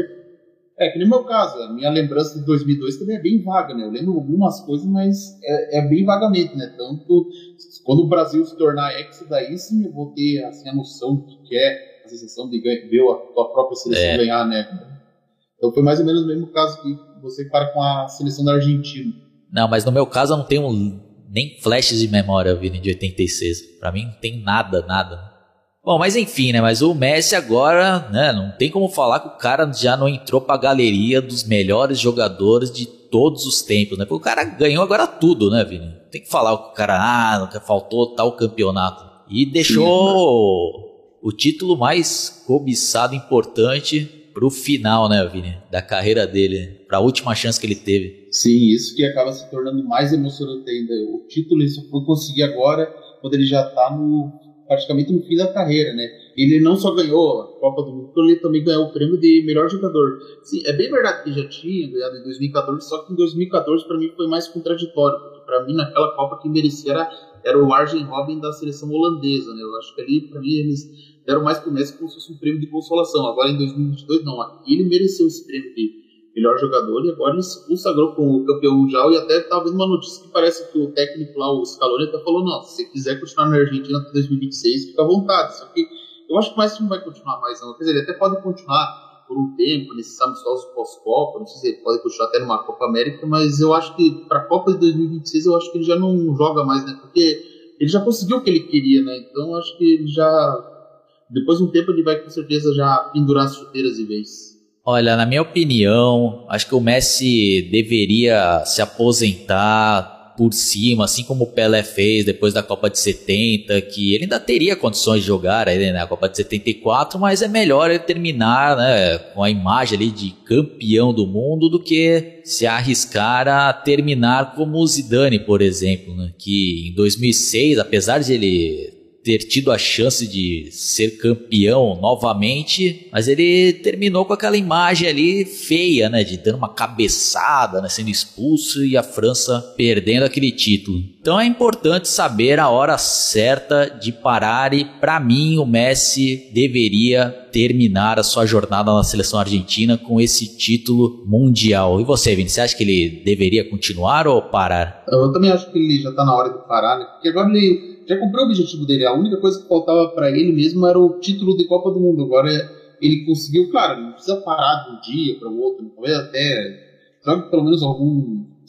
Que nem meu caso, a minha lembrança de 2002 também é bem vaga, né? Eu lembro algumas coisas, mas é bem vagamente, né? Tanto quando o Brasil se tornar hexa, daí sim eu vou ter assim, a noção do que é a sensação de ver a própria seleção ganhar, né? Então foi mais ou menos o mesmo caso que você para com a seleção da Argentina. Não, mas no meu caso eu não tenho nem flashes de memória, Vini, de 86. Pra mim não tem nada. Bom, mas enfim, né? Mas o Messi agora, né? Não tem como falar que o cara já não entrou pra galeria dos melhores jogadores de todos os tempos, né? Porque o cara ganhou agora tudo, né, Vini? Tem que falar que o cara, faltou tal campeonato. E deixou o título mais cobiçado, importante pro final, né, Vini? Da carreira dele, pra última chance que ele teve. Sim, isso que acaba se tornando mais emocionante ainda. O título ele só foi conseguir agora, quando ele já tá praticamente no fim da carreira, né? Ele não só ganhou a Copa do Mundo, ele também ganhou o prêmio de melhor jogador. Sim, é bem verdade que ele já tinha ganhado em 2014, só que em 2014 para mim foi mais contraditório, porque para mim naquela Copa quem merecia era o Arjen Robben da seleção holandesa, né? Eu acho que ali para mim eles deram mais pro Messi como se fosse um prêmio de consolação. Agora em 2022 não, aqui ele mereceu esse prêmio de melhor jogador e agora ele se consagrou como campeão mundial. E até talvez uma notícia que parece que o técnico lá, o Scaloni, até falou: não, se você quiser continuar na Argentina até 2026, fica à vontade. Só que eu acho que o Messi não vai continuar mais não. Quer dizer, ele até pode continuar por um tempo nesses amistosos pós-Copa, não sei se ele pode continuar até numa Copa América, mas eu acho que para a Copa de 2026 eu acho que ele já não joga mais, né? Porque ele já conseguiu o que ele queria, né? Então eu acho que ele já, depois de um tempo, ele vai com certeza já pendurar as chuteiras de vez. Olha, na minha opinião, acho que o Messi deveria se aposentar por cima, assim como o Pelé fez depois da Copa de 70, que ele ainda teria condições de jogar aí, né, na Copa de 74, mas é melhor ele terminar, né, com a imagem ali de campeão do mundo do que se arriscar a terminar como o Zidane, por exemplo, né, que em 2006, apesar de ele ter tido a chance de ser campeão novamente, mas ele terminou com aquela imagem ali feia, né, de dando uma cabeçada, né, sendo expulso e a França perdendo aquele título. Então é importante saber a hora certa de parar e, para mim, o Messi deveria terminar a sua jornada na seleção argentina com esse título mundial. E você, Vini, você acha que ele deveria continuar ou parar? Eu também acho que ele já está na hora de parar, né, porque agora ele já cumpriu o objetivo dele. A única coisa que faltava para ele mesmo era o título de Copa do Mundo. Agora ele conseguiu, claro, não precisa parar de um dia para o outro, talvez até jogue pelo menos uns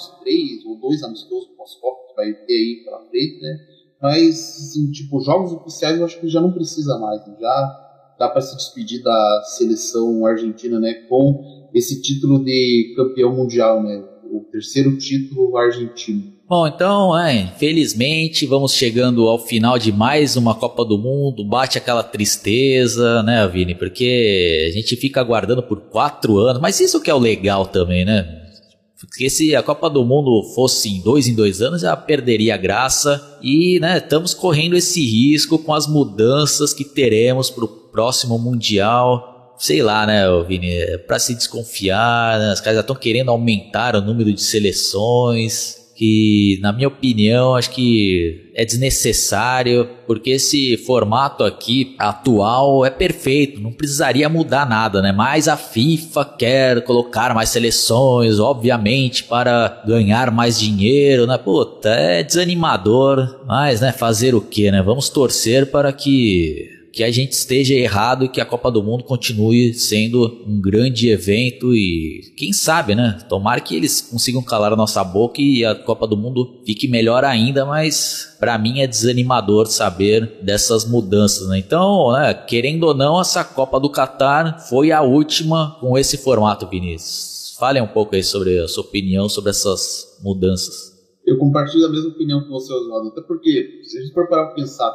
3 ou 2 amistosos pós-Copa que vai ter aí pela frente, né? Mas, assim, tipo, jogos oficiais eu acho que já não precisa mais, né? Já dá para se despedir da seleção argentina, né? Com esse título de campeão mundial, né? O 3º título argentino. Bom, então, infelizmente, vamos chegando ao final de mais uma Copa do Mundo, bate aquela tristeza, né, Vini, porque a gente fica aguardando por 4 anos, mas isso que é o legal também, né, porque se a Copa do Mundo fosse em 2 anos, já perderia a graça e, né, estamos correndo esse risco com as mudanças que teremos para o próximo Mundial. Sei lá, né, Vini, para se desconfiar, né, os caras já estão querendo aumentar o número de seleções, que, na minha opinião, acho que é desnecessário, porque esse formato aqui atual é perfeito, não precisaria mudar nada, né? Mas a FIFA quer colocar mais seleções, obviamente, para ganhar mais dinheiro, né? Puta, é desanimador, mas, né, fazer o quê, né? Vamos torcer para que que a gente esteja errado e que a Copa do Mundo continue sendo um grande evento e quem sabe, né? Tomara que eles consigam calar a nossa boca e a Copa do Mundo fique melhor ainda, mas para mim é desanimador saber dessas mudanças, né? Então, né, querendo ou não, essa Copa do Catar foi a última com esse formato, Vinícius. Fale um pouco aí sobre a sua opinião sobre essas mudanças. Eu compartilho a mesma opinião que você, Oswaldo, até porque, se a gente for parar para pensar,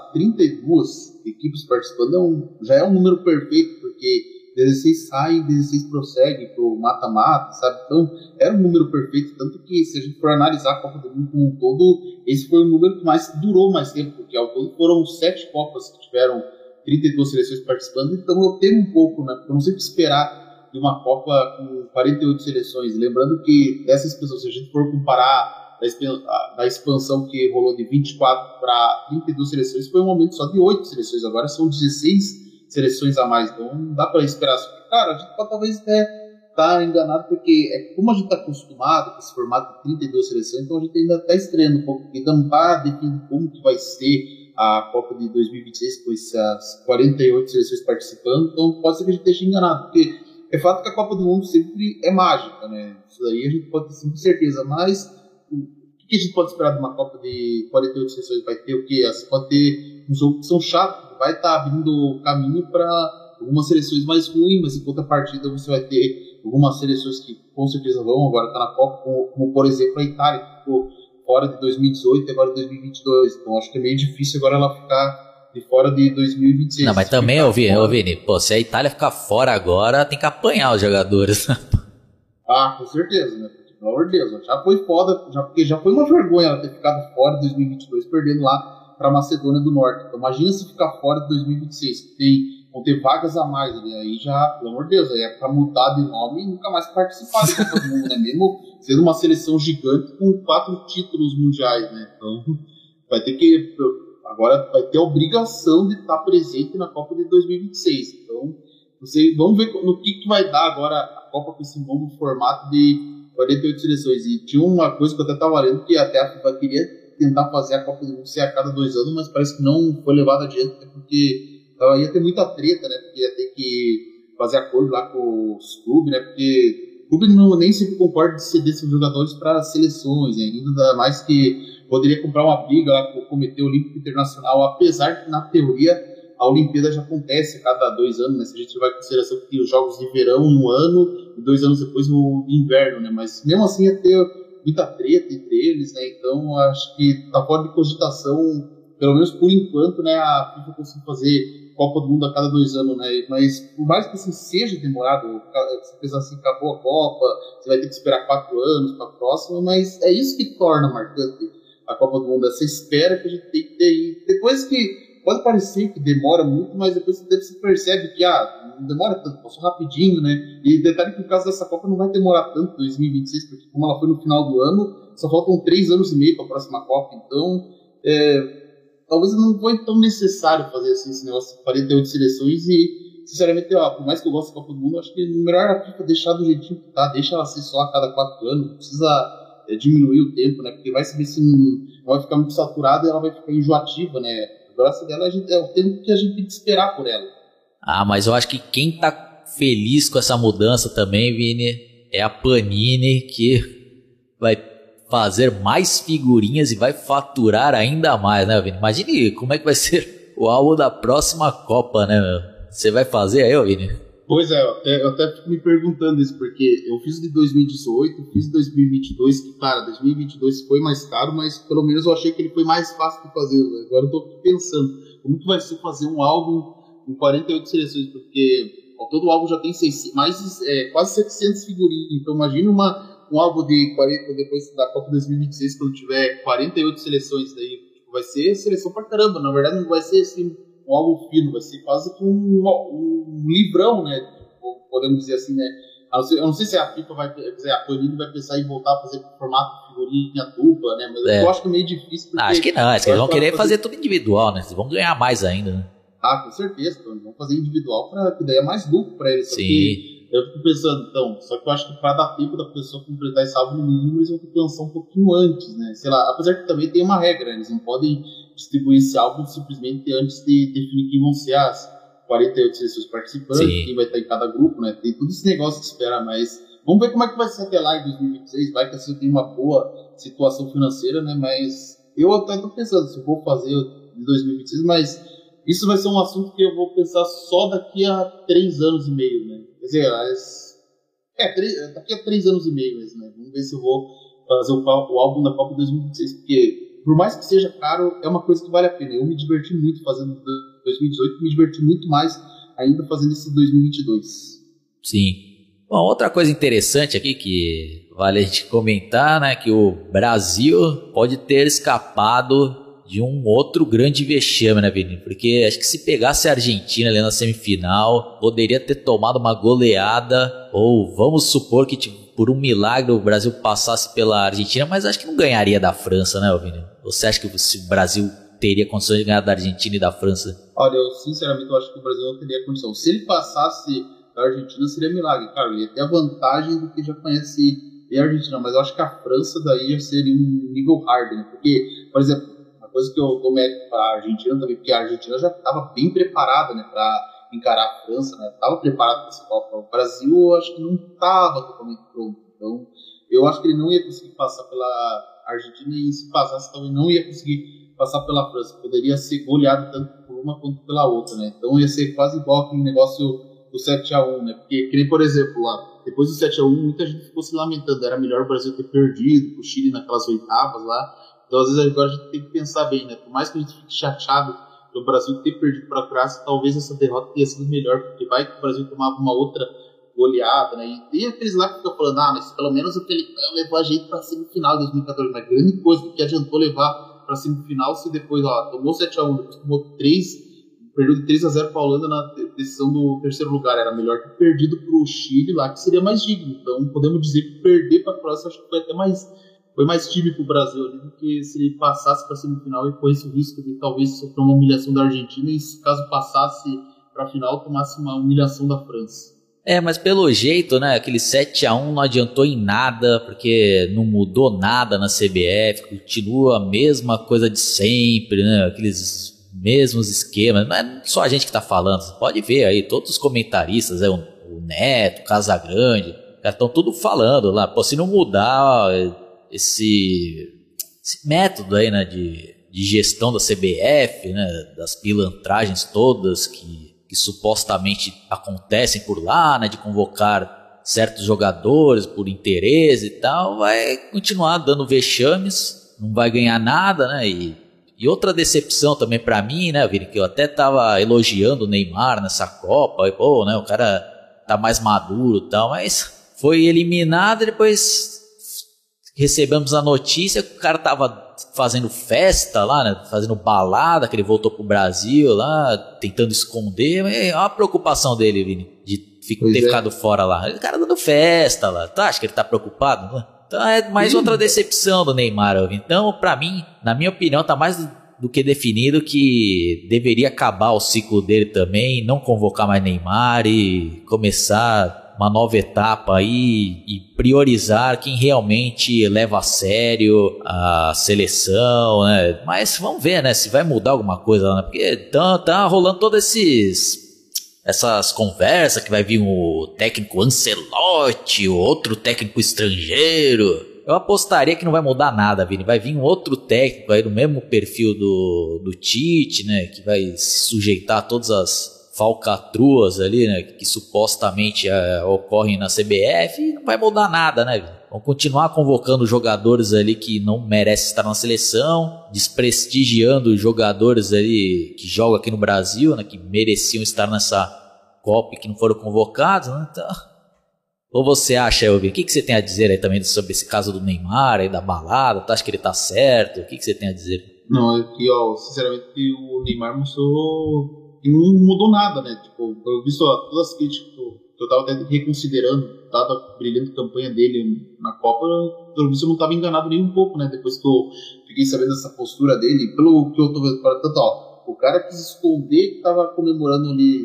32 equipes participando já é um número perfeito, porque 16 saem, 16 prosseguem para o mata-mata, sabe? Então, era um número perfeito, tanto que, se a gente for analisar a Copa do Mundo como um todo, esse foi o número que durou mais tempo, porque ao todo foram 7 Copas que tiveram 32 seleções participando, então eu temo um pouco, né? Porque eu não sei o que esperar de uma Copa com 48 seleções. Lembrando que dessa expansão, se a gente for comparar da expansão que rolou de 24 para 32 seleções, foi um aumento só de 8 seleções, agora são 16 seleções a mais, então não dá para esperar. Cara, a gente pode talvez até estar enganado, porque como a gente está acostumado com esse formato de 32 seleções, então a gente ainda está estreando um pouco, ainda não está definindo como que vai ser a Copa de 2026, com essas 48 seleções participando, então pode ser que a gente esteja enganado, porque é fato que a Copa do Mundo sempre é mágica, né? Isso daí a gente pode ter sempre certeza, mas o que a gente pode esperar de uma Copa de 48 seleções? Vai ter o quê? Você pode ter um jogo que são chatos, vai estar abrindo caminho para algumas seleções mais ruins, mas em contrapartida você vai ter algumas seleções que com certeza vão agora estar na Copa, como por exemplo a Itália, que ficou fora de 2018 e agora 2022. Então acho que é meio difícil agora ela ficar de fora de 2026. Não, mas também, Vini, pô, se a Itália ficar fora agora, tem que apanhar os jogadores. Ah, com certeza, né? Pelo amor de Deus, já foi foda, porque já foi uma vergonha ela ter ficado fora de 2022, perdendo lá para a Macedônia do Norte. Então imagina se ficar fora de 2026, que vão ter vagas a mais ali, aí já, pelo amor de Deus, aí é para mudar de nome e nunca mais participar da Copa do Mundo, né? Mesmo sendo uma seleção gigante com 4 títulos mundiais, né? Então agora vai ter a obrigação de estar presente na Copa de 2026. Então, vamos ver no que vai dar agora a Copa com esse novo formato de 48 seleções. E tinha uma coisa que eu até estava lendo, que até a FIFA queria tentar fazer a Copa do Mundo ser a cada 2 anos, mas parece que não foi levado adiante, porque ia ter muita treta, né? Porque ia ter que fazer acordo lá com os clubes, né? Porque o clube nem sempre concorda de ceder seus jogadores para seleções, e ainda mais que poderia comprar uma briga lá com o Comitê Olímpico Internacional, apesar que na teoria a Olimpíada já acontece a cada 2 anos, né? Se a gente vai em consideração que tem os Jogos de Verão no ano e 2 anos depois no inverno, né? Mas mesmo assim ia ter muita treta entre eles, né? Então acho que tá fora de cogitação, pelo menos por enquanto, né? A FIFA conseguiu fazer Copa do Mundo a cada 2 anos, né? Mas por mais que assim seja demorado, você pensa assim, acabou a Copa, você vai ter que esperar 4 anos para a próxima, mas é isso que torna marcante a Copa do Mundo, essa espera que a gente tem que ter. E depois que pode parecer que demora muito, mas depois você percebe que não demora tanto, passou rapidinho, né? E detalhe que no caso dessa Copa não vai demorar tanto, 2026, porque como ela foi no final do ano, só faltam 3 anos e meio para a próxima Copa, então talvez não foi tão necessário fazer assim, esse negócio de 48 seleções e, sinceramente, por mais que eu goste da Copa do Mundo, acho que é melhor a FIFA deixar do jeitinho que tá, deixa ela ser só a cada 4 anos, não precisa diminuir o tempo, né? Porque vai saber se não vai ficar muito saturada e ela vai ficar enjoativa, né? A graça dela é o tempo que a gente tem que esperar por ela. Mas eu acho que quem tá feliz com essa mudança também, Vini, é a Panini, que vai fazer mais figurinhas e vai faturar ainda mais, né, Vini? Imagine como é que vai ser o álbum da próxima Copa, né, meu? Você vai fazer aí, Vini? Pois é, eu até fico me perguntando isso, porque eu fiz de 2018, fiz de 2022, que, cara, 2022 foi mais caro, mas pelo menos eu achei que ele foi mais fácil de fazer. Né? Agora eu tô pensando, como que vai ser fazer um álbum com 48 seleções, porque todo álbum já tem quase 700 figurinhas, então imagina um álbum de 40, depois da Copa 2026, quando tiver 48 seleções, daí vai ser seleção pra caramba, na verdade não vai ser assim um álbum fino, vai ser quase que um livrão, né? Podemos dizer assim, né? Eu não sei se a FIFA a Panini vai pensar em voltar a fazer formato de figurinha dupla, né? Mas eu acho que é meio difícil. Acho que não, acho que eles vão querer fazer tudo individual, né? Eles vão ganhar mais ainda, né? Com certeza, então eles vão fazer individual, que daí é mais lucro para eles. Sim. eu fico pensando, então, só que eu acho que para dar tempo da pessoa completar esse álbum no mínimo, eles vão ter que lançar um pouquinho antes, né? Sei lá, apesar que também tem uma regra, eles não podem distribuir esse álbum simplesmente antes de definir quem vão ser as 48 seleções participantes, quem vai estar em cada grupo, né? Tem todo esse negócio que espera, mas vamos ver como é que vai ser até lá em 2026, vai que assim tem uma boa situação financeira, né? Mas eu até tô pensando se eu vou fazer em 2026, mas isso vai ser um assunto que eu vou pensar só daqui a 3 anos e meio, né? Quer dizer, daqui a 3 anos e meio mesmo, né? Vamos ver se eu vou fazer o álbum da Copa 2026, porque por mais que seja caro, é uma coisa que vale a pena. Eu me diverti muito fazendo 2018, me diverti muito mais ainda fazendo esse 2022. Sim. Bom, outra coisa interessante aqui que vale a gente comentar, né, que o Brasil pode ter escapado de um outro grande vexame, né, Vini? Porque acho que se pegasse a Argentina ali na semifinal, poderia ter tomado uma goleada, ou vamos supor que por um milagre o Brasil passasse pela Argentina, mas acho que não ganharia da França, né, Vini? Você acha que o Brasil teria condições de ganhar da Argentina e da França? Olha, eu sinceramente eu acho que o Brasil não teria condição. Se ele passasse da Argentina, seria milagre. Cara, ele ia ter a vantagem do que já conhece a Argentina, mas eu acho que a França daí já seria um nível hard, né? Porque, por exemplo, uma coisa que eu dou mérito para a Argentina também, porque a Argentina já estava bem preparada, né, para encarar a França, né? Estava preparado para esse Copa. O Brasil, eu acho que não estava totalmente pronto. Então, eu acho que ele não ia conseguir passar pela Argentina, e se passasse também não ia conseguir passar pela França. Poderia ser goleado tanto por uma quanto pela outra, né? Então ia ser quase igual aquele negócio do 7-1, né? Porque, que nem, por exemplo, lá, depois do 7-1, muita gente ficou se lamentando. Era melhor o Brasil ter perdido pro Chile naquelas oitavas lá. Então, às vezes, agora a gente tem que pensar bem, né? Por mais que a gente fique chateado pelo Brasil ter perdido para a Croácia, talvez essa derrota tenha sido melhor, porque vai que o Brasil tomava uma outra goleada, né? E tem aqueles lá que ficam falando, mas pelo menos o Felipão levou a gente para a semifinal de 2014. Mas grande coisa, que adiantou levar para a semifinal se depois, tomou 7-1, depois tomou 3, perdeu de 3-0 para a Holanda na decisão do terceiro lugar. Era melhor ter perdido para o Chile lá, que seria mais digno. Então podemos dizer que perder para a Croácia acho que foi até mais time para o Brasil ali do que se ele passasse para a semifinal e corresse o risco de talvez sofrer uma humilhação da Argentina, e se caso passasse para a final tomasse uma humilhação da França. Mas pelo jeito, né, aquele 7-1 não adiantou em nada, porque não mudou nada na CBF, continua a mesma coisa de sempre, né, aqueles mesmos esquemas. Não é só a gente que tá falando, você pode ver aí, todos os comentaristas, o Neto, o Casagrande, estão tudo falando lá, se não mudar esse método aí, né, de gestão da CBF, né, das pilantragens todas que supostamente acontecem por lá, né, de convocar certos jogadores por interesse e tal, vai continuar dando vexames, não vai ganhar nada, né, e outra decepção também pra mim, né, Vini, que eu até tava elogiando o Neymar nessa Copa, e, né, o cara tá mais maduro e tal, mas foi eliminado e depois recebemos a notícia que o cara tava fazendo festa lá, né, fazendo balada, que ele voltou pro Brasil lá, tentando esconder. Olha a preocupação dele, Vini, de ter ficado fora lá. O cara dando festa lá. Tu acha que ele tá preocupado? Não? Então é mais outra decepção do Neymar, Vini. Então, pra mim, na minha opinião, tá mais do que definido que deveria acabar o ciclo dele também, não convocar mais Neymar e começar uma nova etapa aí e priorizar quem realmente leva a sério a seleção, né? Mas vamos ver, né, se vai mudar alguma coisa, né? Porque tá rolando todas essas conversas que vai vir o técnico Ancelotti, o outro técnico estrangeiro. Eu apostaria que não vai mudar nada, Vini. Vai vir um outro técnico aí do mesmo perfil do Tite, né, que vai se sujeitar a todas as falcatruas ali, né, que supostamente ocorrem na CBF, e não vai mudar nada, né? Vão continuar convocando jogadores ali que não merecem estar na seleção, desprestigiando jogadores ali que jogam aqui no Brasil, né, que mereciam estar nessa Copa e que não foram convocados, né? Então, ou você acha, Elvin, o que você tem a dizer aí também sobre esse caso do Neymar, aí da balada? Tu acha que ele tá certo? O que você tem a dizer? Não, é que, sinceramente, o Neymar mostrou e não mudou nada, né? Tipo, eu vi só todas as críticas que eu tava até reconsiderando, dada a brilhante campanha dele na Copa, pelo visto eu não tava enganado nem um pouco, né? Depois que eu fiquei sabendo dessa postura dele, pelo que eu tô vendo, tanto, o cara quis esconder que tava comemorando ali na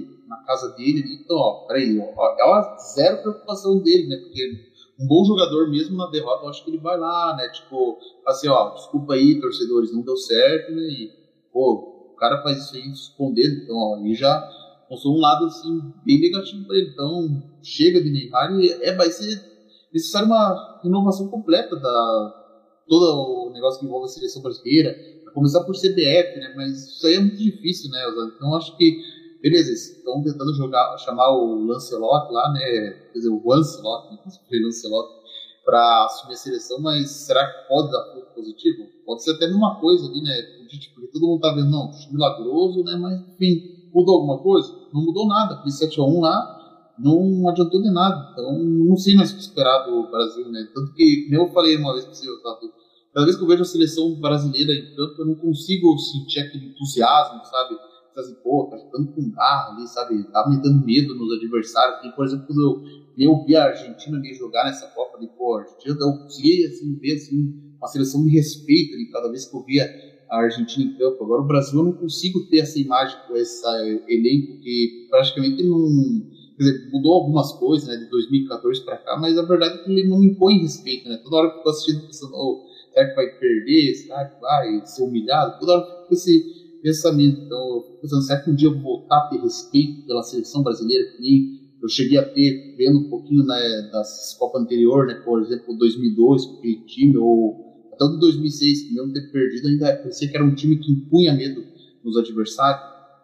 casa dele, então, ó, peraí, ó, é uma zero preocupação dele, né, porque um bom jogador mesmo na derrota, eu acho que ele vai lá, né, tipo, assim, ó, desculpa aí, torcedores, não deu certo, né, e, pô, o cara faz isso aí escondendo, então, ó, e já mostrou um lado, assim, bem negativo pra ele, então, chega de Neymar e vai ser necessário uma inovação completa todo o negócio que envolve a seleção brasileira, a começar por CBF, né, mas isso aí é muito difícil, né, então acho que, beleza, eles estão tentando chamar o Lancelot lá, né, quer dizer, o Lancelot, né, Lancelot, para assumir a seleção, mas será que pode dar fruto positivo? Pode ser até numa coisa ali, né, porque todo mundo tá vendo, não, milagroso, né, mas enfim, mudou alguma coisa? Não mudou nada, aquele 7-1 lá não adiantou de nada, então não sei mais o que esperar do Brasil, né, tanto que, como eu falei uma vez para você, Otávio, cada vez que eu vejo a seleção brasileira em campo, eu não consigo sentir aquele entusiasmo, sabe, assim, pô, tá jogando com garra ali, sabe, tá me dando medo nos adversários, e, por exemplo, quando eu vi a Argentina ali jogar nessa Copa, ali, pô, a Argentina, eu consegui, assim, ver, assim, uma seleção de respeito ali, cada vez que eu via a Argentina em campo. Agora o Brasil eu não consigo ter essa imagem com esse elenco que praticamente não, quer dizer, mudou algumas coisas, né, de 2014 para cá, mas a verdade é que ele não impõe respeito, né, toda hora que eu tô assistindo pensando, oh, será que vai perder, será que vai ser humilhado, toda hora eu fico com esse pensamento, então eu fico pensando, será que um dia eu vou voltar a ter respeito pela seleção brasileira, que nem eu cheguei a ter, vendo um pouquinho, né, das Copas anterior, né, por exemplo, 2002, com aquele time, ou até o de 2006, que mesmo ter perdido, ainda parecia que era um time que impunha medo nos adversários.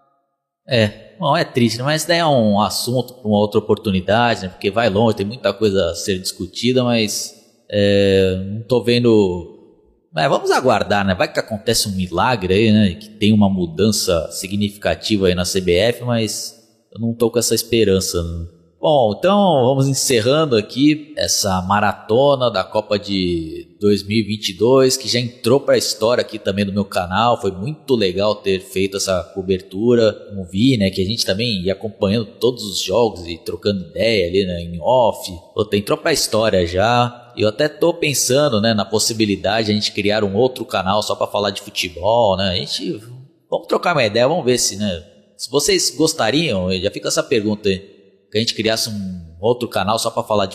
Bom, é triste, mas daí é um assunto para uma outra oportunidade, né? Porque vai longe, tem muita coisa a ser discutida, mas não tô vendo. Vamos aguardar, né? Vai que acontece um milagre aí, né? Que tem uma mudança significativa aí na CBF, mas eu não tô com essa esperança, né? Bom, então vamos encerrando aqui essa maratona da Copa de 2022, que já entrou para a história aqui também do meu canal. Foi muito legal ter feito essa cobertura, como vi, né, que a gente também ia acompanhando todos os jogos e trocando ideia ali, né, em off. Entrou para a história já. Eu até tô pensando, né, na possibilidade de a gente criar um outro canal só para falar de futebol, né? Vamos trocar uma ideia, vamos ver se vocês gostariam. Já fica essa pergunta aí. Que a gente criasse um outro canal só para falar de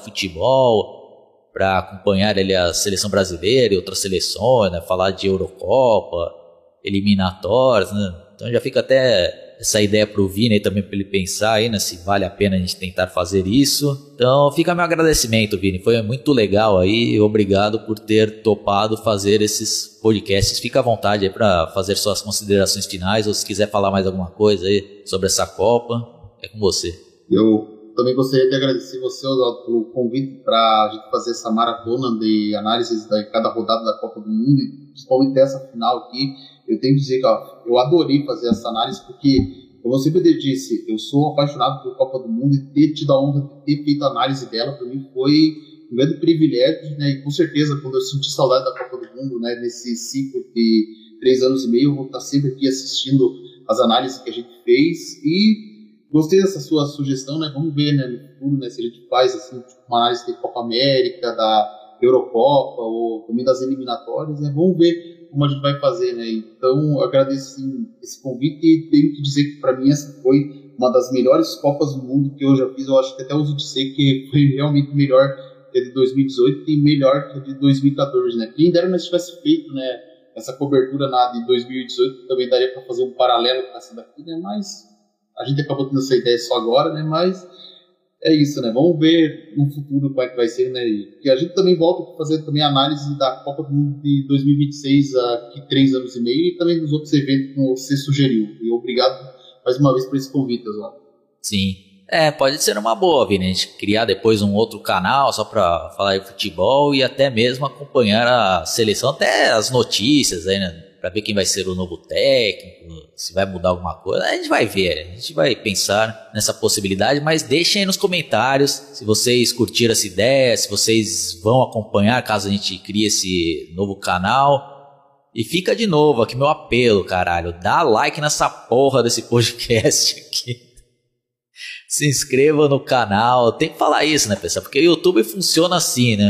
futebol, para acompanhar ali a seleção brasileira e outras seleções, né? Falar de Eurocopa, eliminatórias, né? Então já fica até essa ideia pro Vini aí também, para ele pensar aí, né, se vale a pena a gente tentar fazer isso. Então fica meu agradecimento, Vini, foi muito legal aí, obrigado por ter topado fazer esses podcasts. Fica à vontade aí para fazer suas considerações finais, ou se quiser falar mais alguma coisa aí sobre essa Copa, é com você. Eu também gostaria de agradecer você, Oswaldo, pelo convite para a gente fazer essa maratona de análises de cada rodada da Copa do Mundo, e principalmente essa final aqui. Eu tenho que dizer que eu adorei fazer essa análise, porque, como eu sempre disse, eu sou apaixonado por Copa do Mundo, e ter tido a honra de ter feito a análise dela, para mim foi um grande privilégio, né? E com certeza, quando eu senti saudade da Copa do Mundo, né, nesse ciclo de 3 anos e meio, eu vou estar sempre aqui assistindo as análises que a gente fez. E gostei dessa sua sugestão, né? Vamos ver, né, no futuro, né, se a gente faz assim, tipo, uma análise de Copa América, da Eurocopa, ou também das eliminatórias, né? Vamos ver como a gente vai fazer, né? Então, eu agradeço sim, esse convite, e tenho que dizer que para mim essa foi uma das melhores Copas do Mundo que eu já fiz. Eu acho que até uso de dizer que foi realmente melhor que a de 2018 e melhor que a de 2014, né? Quem dera nós tivesse feito, né, essa cobertura na de 2018, também daria para fazer um paralelo com essa daqui, né? Mas a gente acabou tendo essa ideia só agora, né? Mas é isso, né? Vamos ver no futuro como é que vai ser, né? E a gente também volta a fazer também análise da Copa do Mundo de 2026 aqui 3 anos e meio, e também dos outros eventos que você sugeriu. E obrigado mais uma vez por esse convite, Oswaldo. Sim. Pode ser uma boa, Vini, a gente criar depois um outro canal só para falar de futebol e até mesmo acompanhar a seleção, até as notícias aí, né? Para ver quem vai ser o novo técnico, se vai mudar alguma coisa. A gente vai ver, a gente vai pensar nessa possibilidade, mas deixem aí nos comentários se vocês curtiram essa ideia, se vocês vão acompanhar caso a gente crie esse novo canal. E fica de novo aqui meu apelo, caralho, dá like nessa porra desse podcast aqui. Se inscreva no canal, tem que falar isso, né, pessoal? Porque o YouTube funciona assim, né?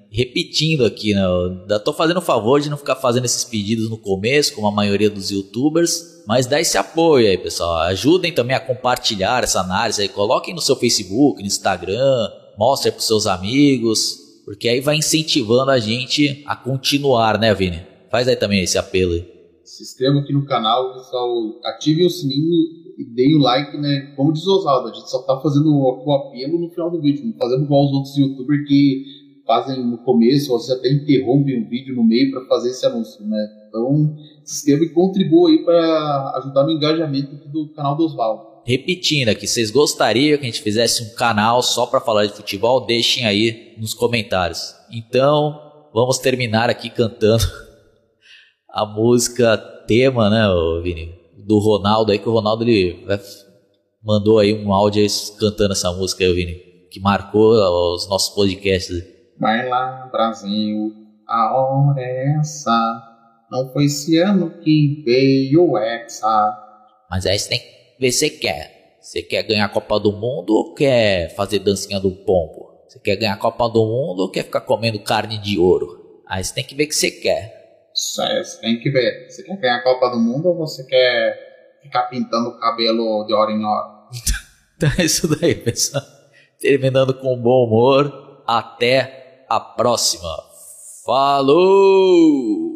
repetindo aqui, né? Eu tô fazendo o favor de não ficar fazendo esses pedidos no começo, como a maioria dos youtubers, mas dá esse apoio aí, pessoal. Ajudem também a compartilhar essa análise aí, coloquem no seu Facebook, no Instagram, mostrem para os seus amigos, porque aí vai incentivando a gente a continuar, né, Vini? Faz aí também esse apelo aí. Se inscreva aqui no canal, pessoal, ative o sininho e deem o like, né? Como diz o Oswaldo, a gente só tá fazendo o apelo no final do vídeo, não fazendo igual os outros youtubers que fazem no começo, ou você até interrompem o vídeo no meio para fazer esse anúncio, né? Então, se inscreva e contribua aí para ajudar no engajamento aqui do canal do Oswaldo. Repetindo aqui, vocês gostariam que a gente fizesse um canal só para falar de futebol? Deixem aí nos comentários. Então, vamos terminar aqui cantando a música tema, né, Vini? Do Ronaldo aí, que o Ronaldo ele mandou aí um áudio aí cantando essa música aí, Vini, que marcou os nossos podcasts. Vai lá, Brasil, a hora é essa. Não foi esse ano que veio o Hexa. Mas aí você tem que ver se você quer. Você quer ganhar a Copa do Mundo ou quer fazer dancinha do pombo? Você quer ganhar a Copa do Mundo ou quer ficar comendo carne de ouro? Aí você tem que ver o que você quer. Você tem que ver. Você quer ganhar a Copa do Mundo ou você quer ficar pintando o cabelo de hora em hora? Então é isso daí, pessoal. Terminando com bom humor. Até a próxima. Falou!